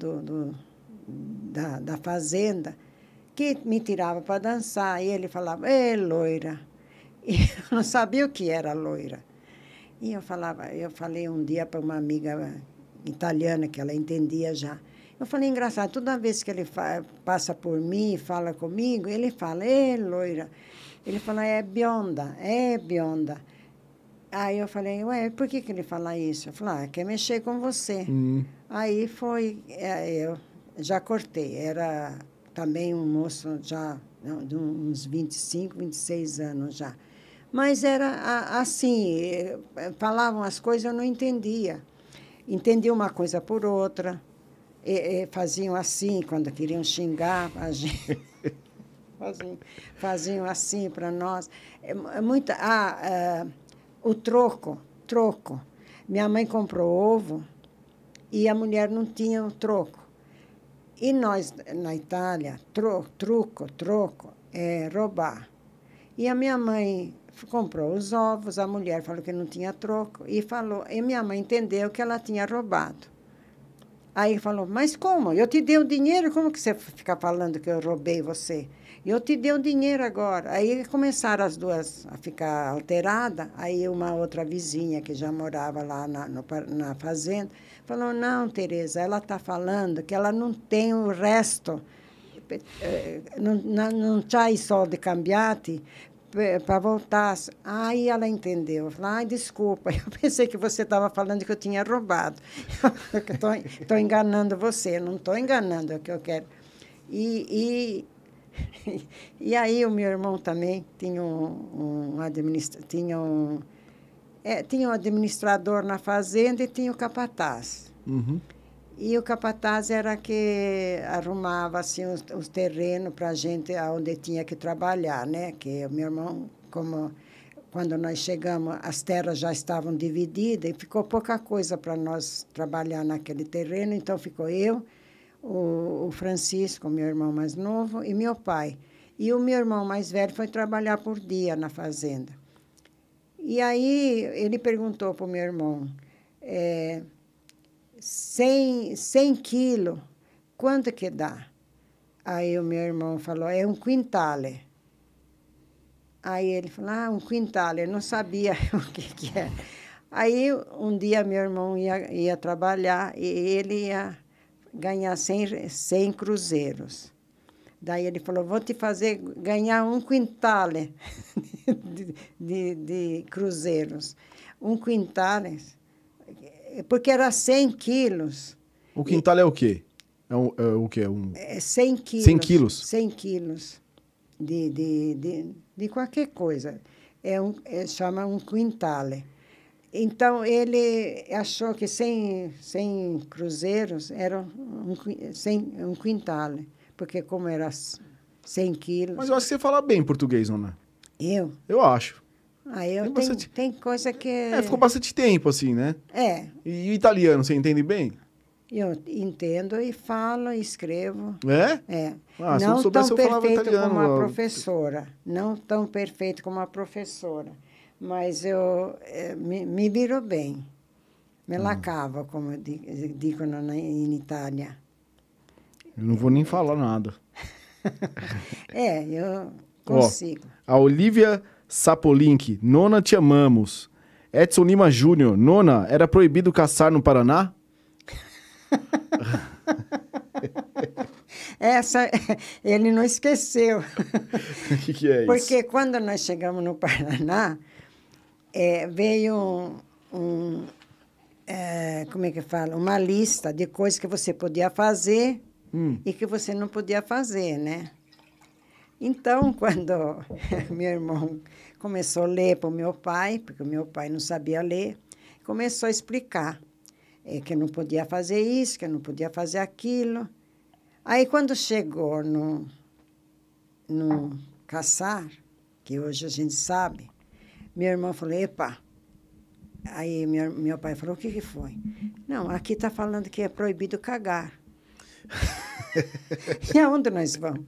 da fazenda que me tirava para dançar. E ele falava, "Ê, loira." E eu não sabia o que era loira. E eu falei um dia para uma amiga italiana, que ela entendia já. Eu falei, engraçado, toda vez que ele passa por mim e fala comigo, ele fala, "Ê, loira." Ele fala, é bionda, é bionda. Aí eu falei, ué, por que ele fala isso? Eu falei, quer mexer com você. Aí foi, eu já cortei. Era também um moço já, de uns 25, 26 anos já. Mas era assim, falavam as coisas, eu não entendia. Entendia uma coisa por outra. Faziam assim, quando queriam xingar a gente. Faziam assim para nós. O troco. Minha mãe comprou ovo e a mulher não tinha o troco. E nós, na Itália, troco é roubar. E a minha mãe comprou os ovos, a mulher falou que não tinha troco, e minha mãe entendeu que ela tinha roubado. Aí falou, mas como? Eu te dei o dinheiro, como que você fica falando que eu roubei você? Eu te dei o dinheiro agora. Aí começaram as duas a ficar alteradas, aí uma outra vizinha que já morava lá na fazenda, falou, não, Tereza, ela está falando que ela não tem o resto, não c'hai soldi cambiati, para voltar. Aí ela entendeu. Falei, desculpa, eu pensei que você estava falando que eu tinha roubado. Estou enganando você, não estou enganando, é o que eu quero. E aí o meu irmão também tinha tinha um administrador na fazenda e tinha o capataz. Uhum. E o capataz era que arrumava assim, os terrenos para a gente, onde tinha que trabalhar, né? Que o meu irmão, quando nós chegamos, as terras já estavam divididas e ficou pouca coisa para nós trabalhar naquele terreno. Então, ficou eu, o Francisco, meu irmão mais novo, e meu pai. E o meu irmão mais velho foi trabalhar por dia na fazenda. E aí ele perguntou para o meu irmão... 100 quilos, quanto que dá? Aí o meu irmão falou, é 1 quintale. Aí ele falou, 1 quintale, eu não sabia o que era. Aí um dia meu irmão ia trabalhar e ele ia ganhar 100 cruzeiros. Daí ele falou, vou te fazer ganhar 1 quintale de cruzeiros. 1 quintale... Porque era 100 quilos. O quintal é o quê? É o quê? 100 quilos. 100 quilos? 100 quilos de qualquer coisa. Chama 1 quintale. Então, ele achou que 100 cruzeiros eram 1 quintale. Porque como era 100 quilos... Mas eu acho que você fala bem português, não é? Eu? Eu acho. Tem coisa que... ficou bastante tempo, assim, né? E o italiano, você entende bem? Eu entendo e falo e escrevo. É? Não se eu soubesse, tão eu falava perfeito italiano. como a professora. Não tão perfeito como a professora. Mas eu me viro bem. Me lacava, como eu digo em Itália. Eu não vou nem falar nada. Eu consigo. A Olivia Sapolinkh, Nona, te amamos. Edson Lima Júnior, Nona, era proibido caçar no Paraná? Essa, ele não esqueceu. O que é isso? Porque quando nós chegamos no Paraná, veio como é que fala? Uma lista de coisas que você podia fazer e que você não podia fazer, né? Então, quando meu irmão começou a ler para o meu pai, porque o meu pai não sabia ler, começou a explicar que eu não podia fazer isso, que eu não podia fazer aquilo. Aí, quando chegou no caçar, que hoje a gente sabe, meu irmão falou, epa, Aí meu pai falou, o que foi? Não, aqui está falando que é proibido cagar. E aonde nós vamos?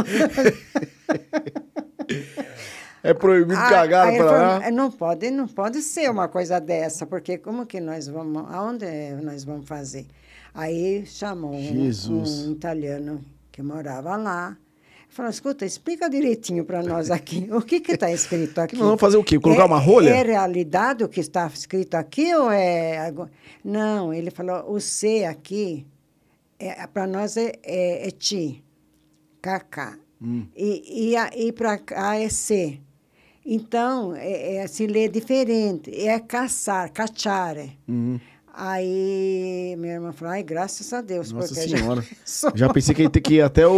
É proibido cagar Aí no ele Paraná? falou, não pode ser uma coisa dessa, porque como que nós vamos, aonde nós vamos fazer? Aí chamou um Jesus. italiano que morava lá, falou, escuta, explica direitinho para nós aqui, o que está escrito aqui? Que nós vamos fazer o quê? Colocar uma rolha? É realidade o que está escrito aqui ou é... Não, ele falou, o C aqui, para nós é ti, kaká. E para cá é C. Então, se lê diferente. É caçar, cacciare. Aí, minha irmã falou, ai, graças a Deus. Nossa porque Senhora. Já... Já pensei que ia ter que ir até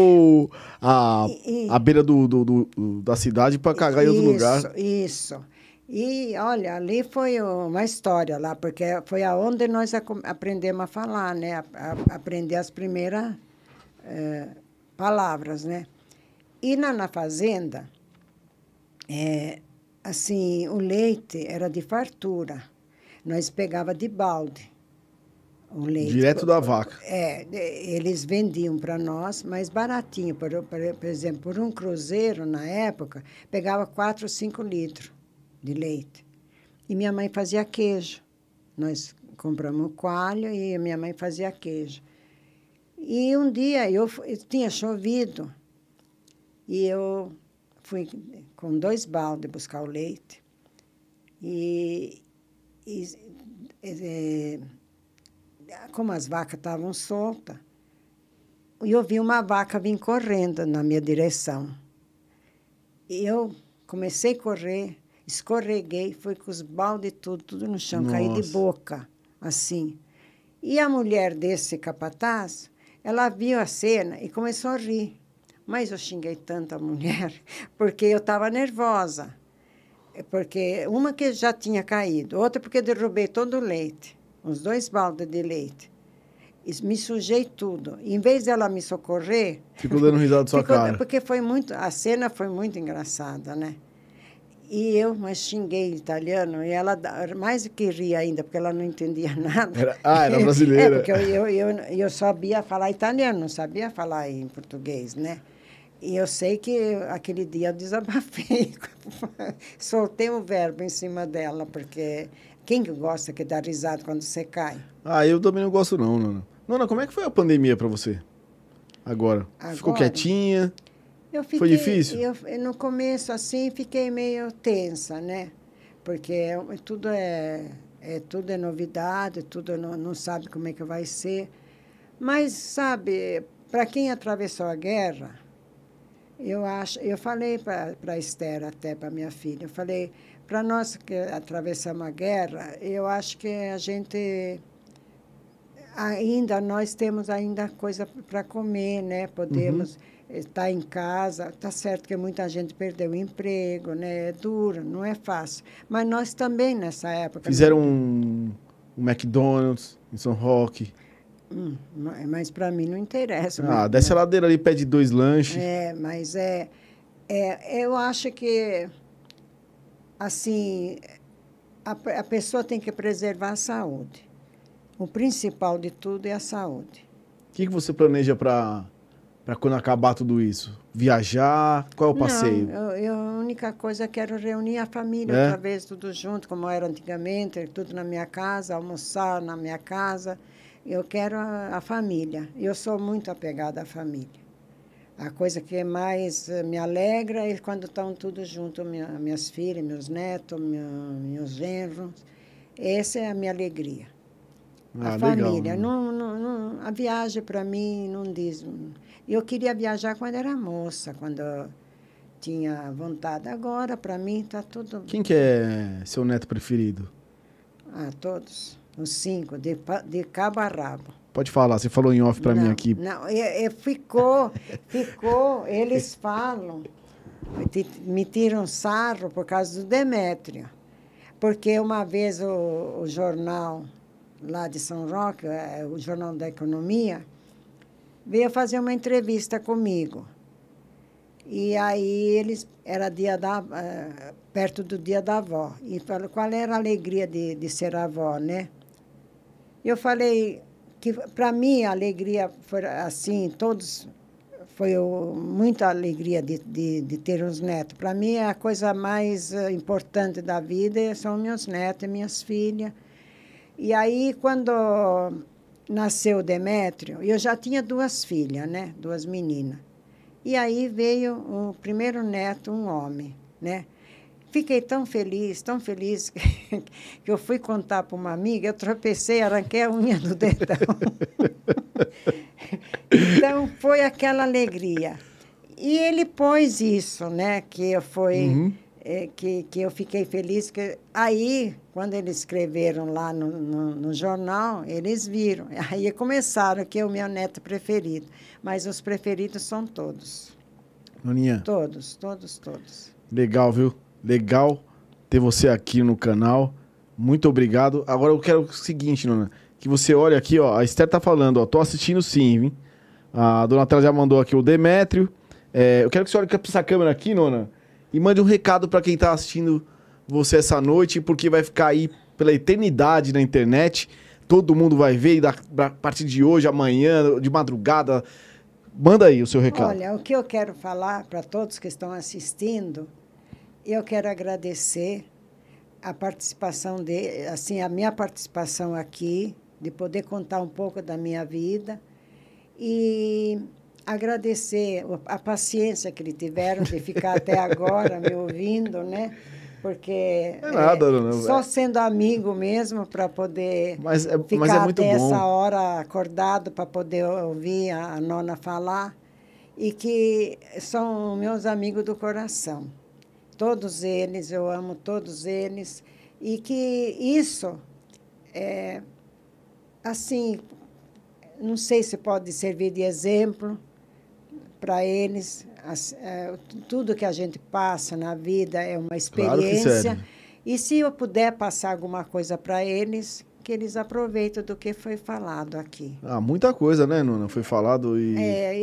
a beira da cidade para cagar em outro lugar. Isso. E, olha, ali foi uma história lá, porque foi aonde nós aprendemos a falar, né? Aprender as primeiras palavras, né? E na fazenda... assim, o leite era de fartura. Nós pegava de balde o leite. Direto da vaca. Eles vendiam para nós mais baratinho. Por exemplo, por um cruzeiro, na época, pegava 4 ou 5 litros de leite. E minha mãe fazia queijo. Nós compramos coalho e minha mãe fazia queijo. E um dia eu tinha chovido e eu fui com 2 baldes buscar o leite. Como as vacas estavam soltas, eu vi uma vaca vir correndo na minha direção. E eu comecei a correr, escorreguei, fui com os baldes tudo no chão, caí de boca, assim. E a mulher desse capataz, ela viu a cena e começou a rir. Mas eu xinguei tanto a mulher, porque eu estava nervosa. Porque uma que já tinha caído, outra porque derrubei todo o leite, uns 2 baldes de leite. E me sujei tudo. Em vez dela me socorrer... Ficou dando risada da sua cara. Porque a cena foi muito engraçada, né? E eu xinguei italiano, e ela mais do que ria ainda, porque ela não entendia nada. Era brasileira. Porque eu sabia falar italiano, não sabia falar em português, né? E eu sei que aquele dia eu desabafei, soltei o verbo em cima dela, porque quem que gosta que dá risada quando você cai? Eu também não gosto não, Nona. Nona, como é que foi a pandemia para você? Agora? Ficou quietinha? Foi difícil? No começo, assim, fiquei meio tensa, né? Porque tudo é novidade, tudo não sabe como é que vai ser. Mas, sabe, para quem atravessou a guerra... Eu falei para a Esther, até para minha filha, eu falei, para nós que atravessamos a guerra, eu acho que nós temos ainda coisa para comer, né? Podemos estar em casa, tá certo que muita gente perdeu o emprego, né? É duro, não é fácil. Mas nós também, nessa época... Fizeram um McDonald's em São Roque. Mas para mim não interessa. Desce a ladeira ali, pede 2 lanches. Mas eu acho que, assim, a pessoa tem que preservar a saúde. O principal de tudo é a saúde. O que você planeja para quando acabar tudo isso? Viajar? Qual é o passeio? Não, a única coisa, quero reunir a família outra vez, tudo junto, como era antigamente, tudo na minha casa, almoçar na minha casa. Eu quero a família. Eu sou muito apegada à família. A coisa que mais me alegra é quando estão todos juntos, minhas filhas, meus netos, meus genros. Essa é a minha alegria. A família. Legal. A viagem, para mim, não diz... Eu queria viajar quando era moça, quando eu tinha vontade. Agora, para mim, está tudo... Quem que é seu neto preferido? Todos. Os 5, de cabo a rabo. Pode falar, você falou em off para mim aqui. Não, ficou, eles falam, me tiram sarro por causa do Demétrio. Porque uma vez o jornal lá de São Roque, o Jornal da Economia, veio fazer uma entrevista comigo. E aí era perto do dia da avó. E falou, qual era a alegria de ser avó, né? Eu falei que, para mim, a alegria foi assim, muita alegria de ter os netos. Para mim, a coisa mais importante da vida são meus netos e minhas filhas. E aí, quando nasceu o Demétrio, eu já tinha 2 filhas, né? 2 meninas. E aí veio o primeiro neto, um homem, né? Fiquei tão feliz, que eu fui contar para uma amiga, eu tropecei, arranquei a unha do dedão. Então, foi aquela alegria. E ele pôs isso, né? Que eu fiquei feliz. Aí, quando eles escreveram lá no jornal, eles viram. Aí começaram, que é o meu neto preferido. Mas os preferidos são todos. Noninha. Todos. Legal, viu? Legal ter você aqui no canal. Muito obrigado. Agora eu quero o seguinte, Nona. Que você olha aqui, ó. A Esther tá falando, ó. Tô assistindo sim, hein? A dona Tela já mandou aqui o Demétrio. Eu quero que você olhe para essa câmera aqui, Nona. E mande um recado para quem tá assistindo você essa noite. Porque vai ficar aí pela eternidade na internet. Todo mundo vai ver a partir de hoje, amanhã, de madrugada. Manda aí o seu recado. Olha, o que eu quero falar para todos que estão assistindo, eu quero agradecer a participação a minha participação aqui, de poder contar um pouco da minha vida e agradecer a paciência que eles tiveram de ficar até agora me ouvindo, né? Porque só sendo amigo mesmo para poder ficar muito até bom. Essa hora acordado para poder ouvir a Nona falar, e que são meus amigos do coração. Todos eles, eu amo todos eles, e que isso, assim, não sei se pode servir de exemplo para eles. Tudo que a gente passa na vida é uma experiência. Claro, e se eu puder passar alguma coisa para eles, que eles aproveitem do que foi falado aqui. Muita coisa, né, Nona? Foi falado e...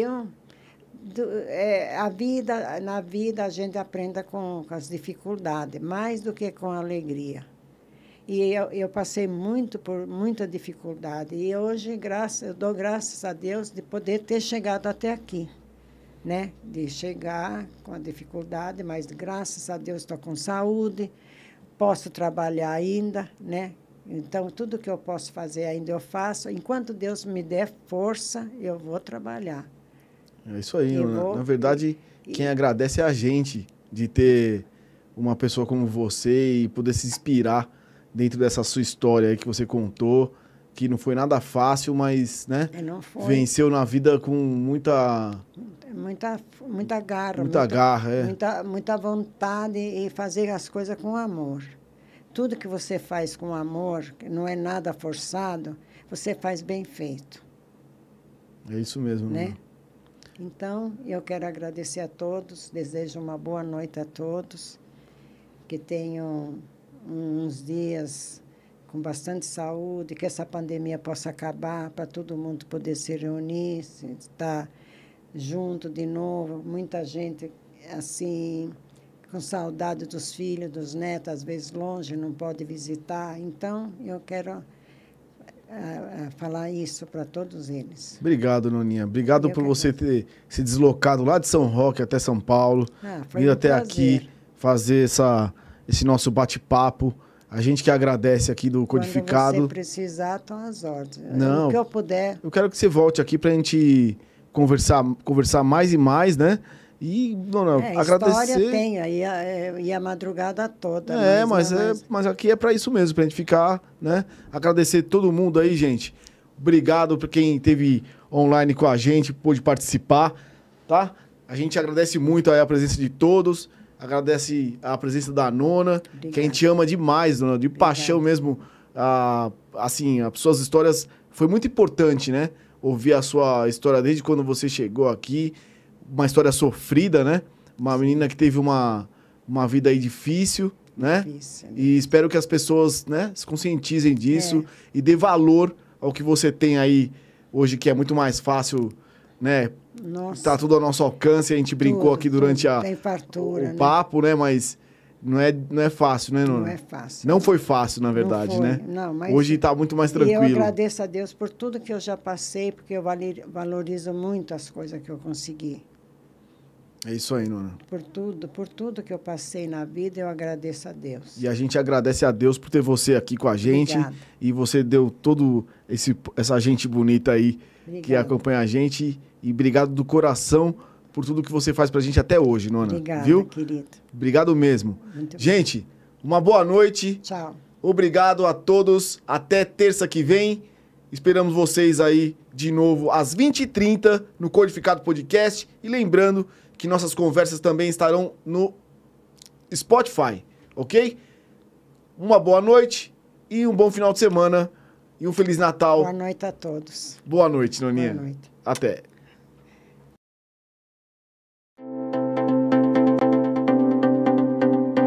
na vida a gente aprende com as dificuldades, mais do que com a alegria. E eu passei por muita dificuldade. E hoje, eu dou graças a Deus de poder ter chegado até aqui, né? De chegar com a dificuldade, mas graças a Deus estou com saúde, posso trabalhar ainda, né? Então, tudo que eu posso fazer ainda eu faço. Enquanto Deus me der força, eu vou trabalhar. É isso aí, na verdade, quem agradece é a gente de ter uma pessoa como você e poder se inspirar dentro dessa sua história aí que você contou, que não foi nada fácil, mas, né? Não foi. Venceu na vida com muita garra. Muita vontade e fazer as coisas com amor. Tudo que você faz com amor, que não é nada forçado, você faz bem feito. É isso mesmo, né? Então, eu quero agradecer a todos, desejo uma boa noite a todos, que tenham uns dias com bastante saúde, que essa pandemia possa acabar, para todo mundo poder se reunir, estar junto de novo. Muita gente, assim, com saudade dos filhos, dos netos, às vezes longe, não pode visitar. Então, eu quero falar isso para todos eles. Obrigado, Noninha. Obrigado por você ter se deslocado lá de São Roque até São Paulo, vir até aqui fazer esse nosso bate-papo. A gente que agradece aqui do Codificado. Quando você precisar, estão às ordens. Não, o que eu puder. Eu quero que você volte aqui para a gente conversar mais e mais, né? E, Nona, agradecer... História tem, e a madrugada toda. Mas aqui é para isso mesmo, para a gente ficar, né? Agradecer todo mundo aí, gente. Obrigado para quem esteve online com a gente, pôde participar, tá? A gente agradece muito aí a presença de todos, agradece a presença da Nona, que a gente ama demais, Nona, de paixão mesmo. As suas histórias, foi muito importante, né? Ouvir a sua história desde quando você chegou aqui, uma história sofrida, né? Uma menina que teve uma vida aí difícil, né? Difícil. E espero que as pessoas, né, se conscientizem disso e dê valor ao que você tem aí hoje, que é muito mais fácil né? Nossa. Tá tudo ao nosso alcance, a gente brincou aqui durante tem fartura, o papo, né? Mas não é fácil, né, Nona? Não é fácil. Não foi fácil, na verdade, Não foi. né? Não, mas hoje tá muito mais tranquilo. E eu agradeço a Deus por tudo que eu já passei, porque eu valorizo muito as coisas que eu consegui. É isso aí, Nona. Por tudo que eu passei na vida, eu agradeço a Deus. E a gente agradece a Deus por ter você aqui com a gente. Obrigada. E você deu todo essa gente bonita aí que Obrigada. acompanha a gente. E obrigado do coração por tudo que você faz pra gente até hoje, Nona. Obrigada, viu? querido. Obrigado mesmo. Muito Gente, uma boa noite. Tchau. Obrigado a todos. Até terça que vem. Esperamos vocês aí de novo às 20h30 no Codificado Podcast. E lembrando que nossas conversas também estarão no Spotify, ok? Uma boa noite e um bom final de semana e um Feliz Natal. Boa noite a todos. Boa noite, Noninha. Boa noite. Até.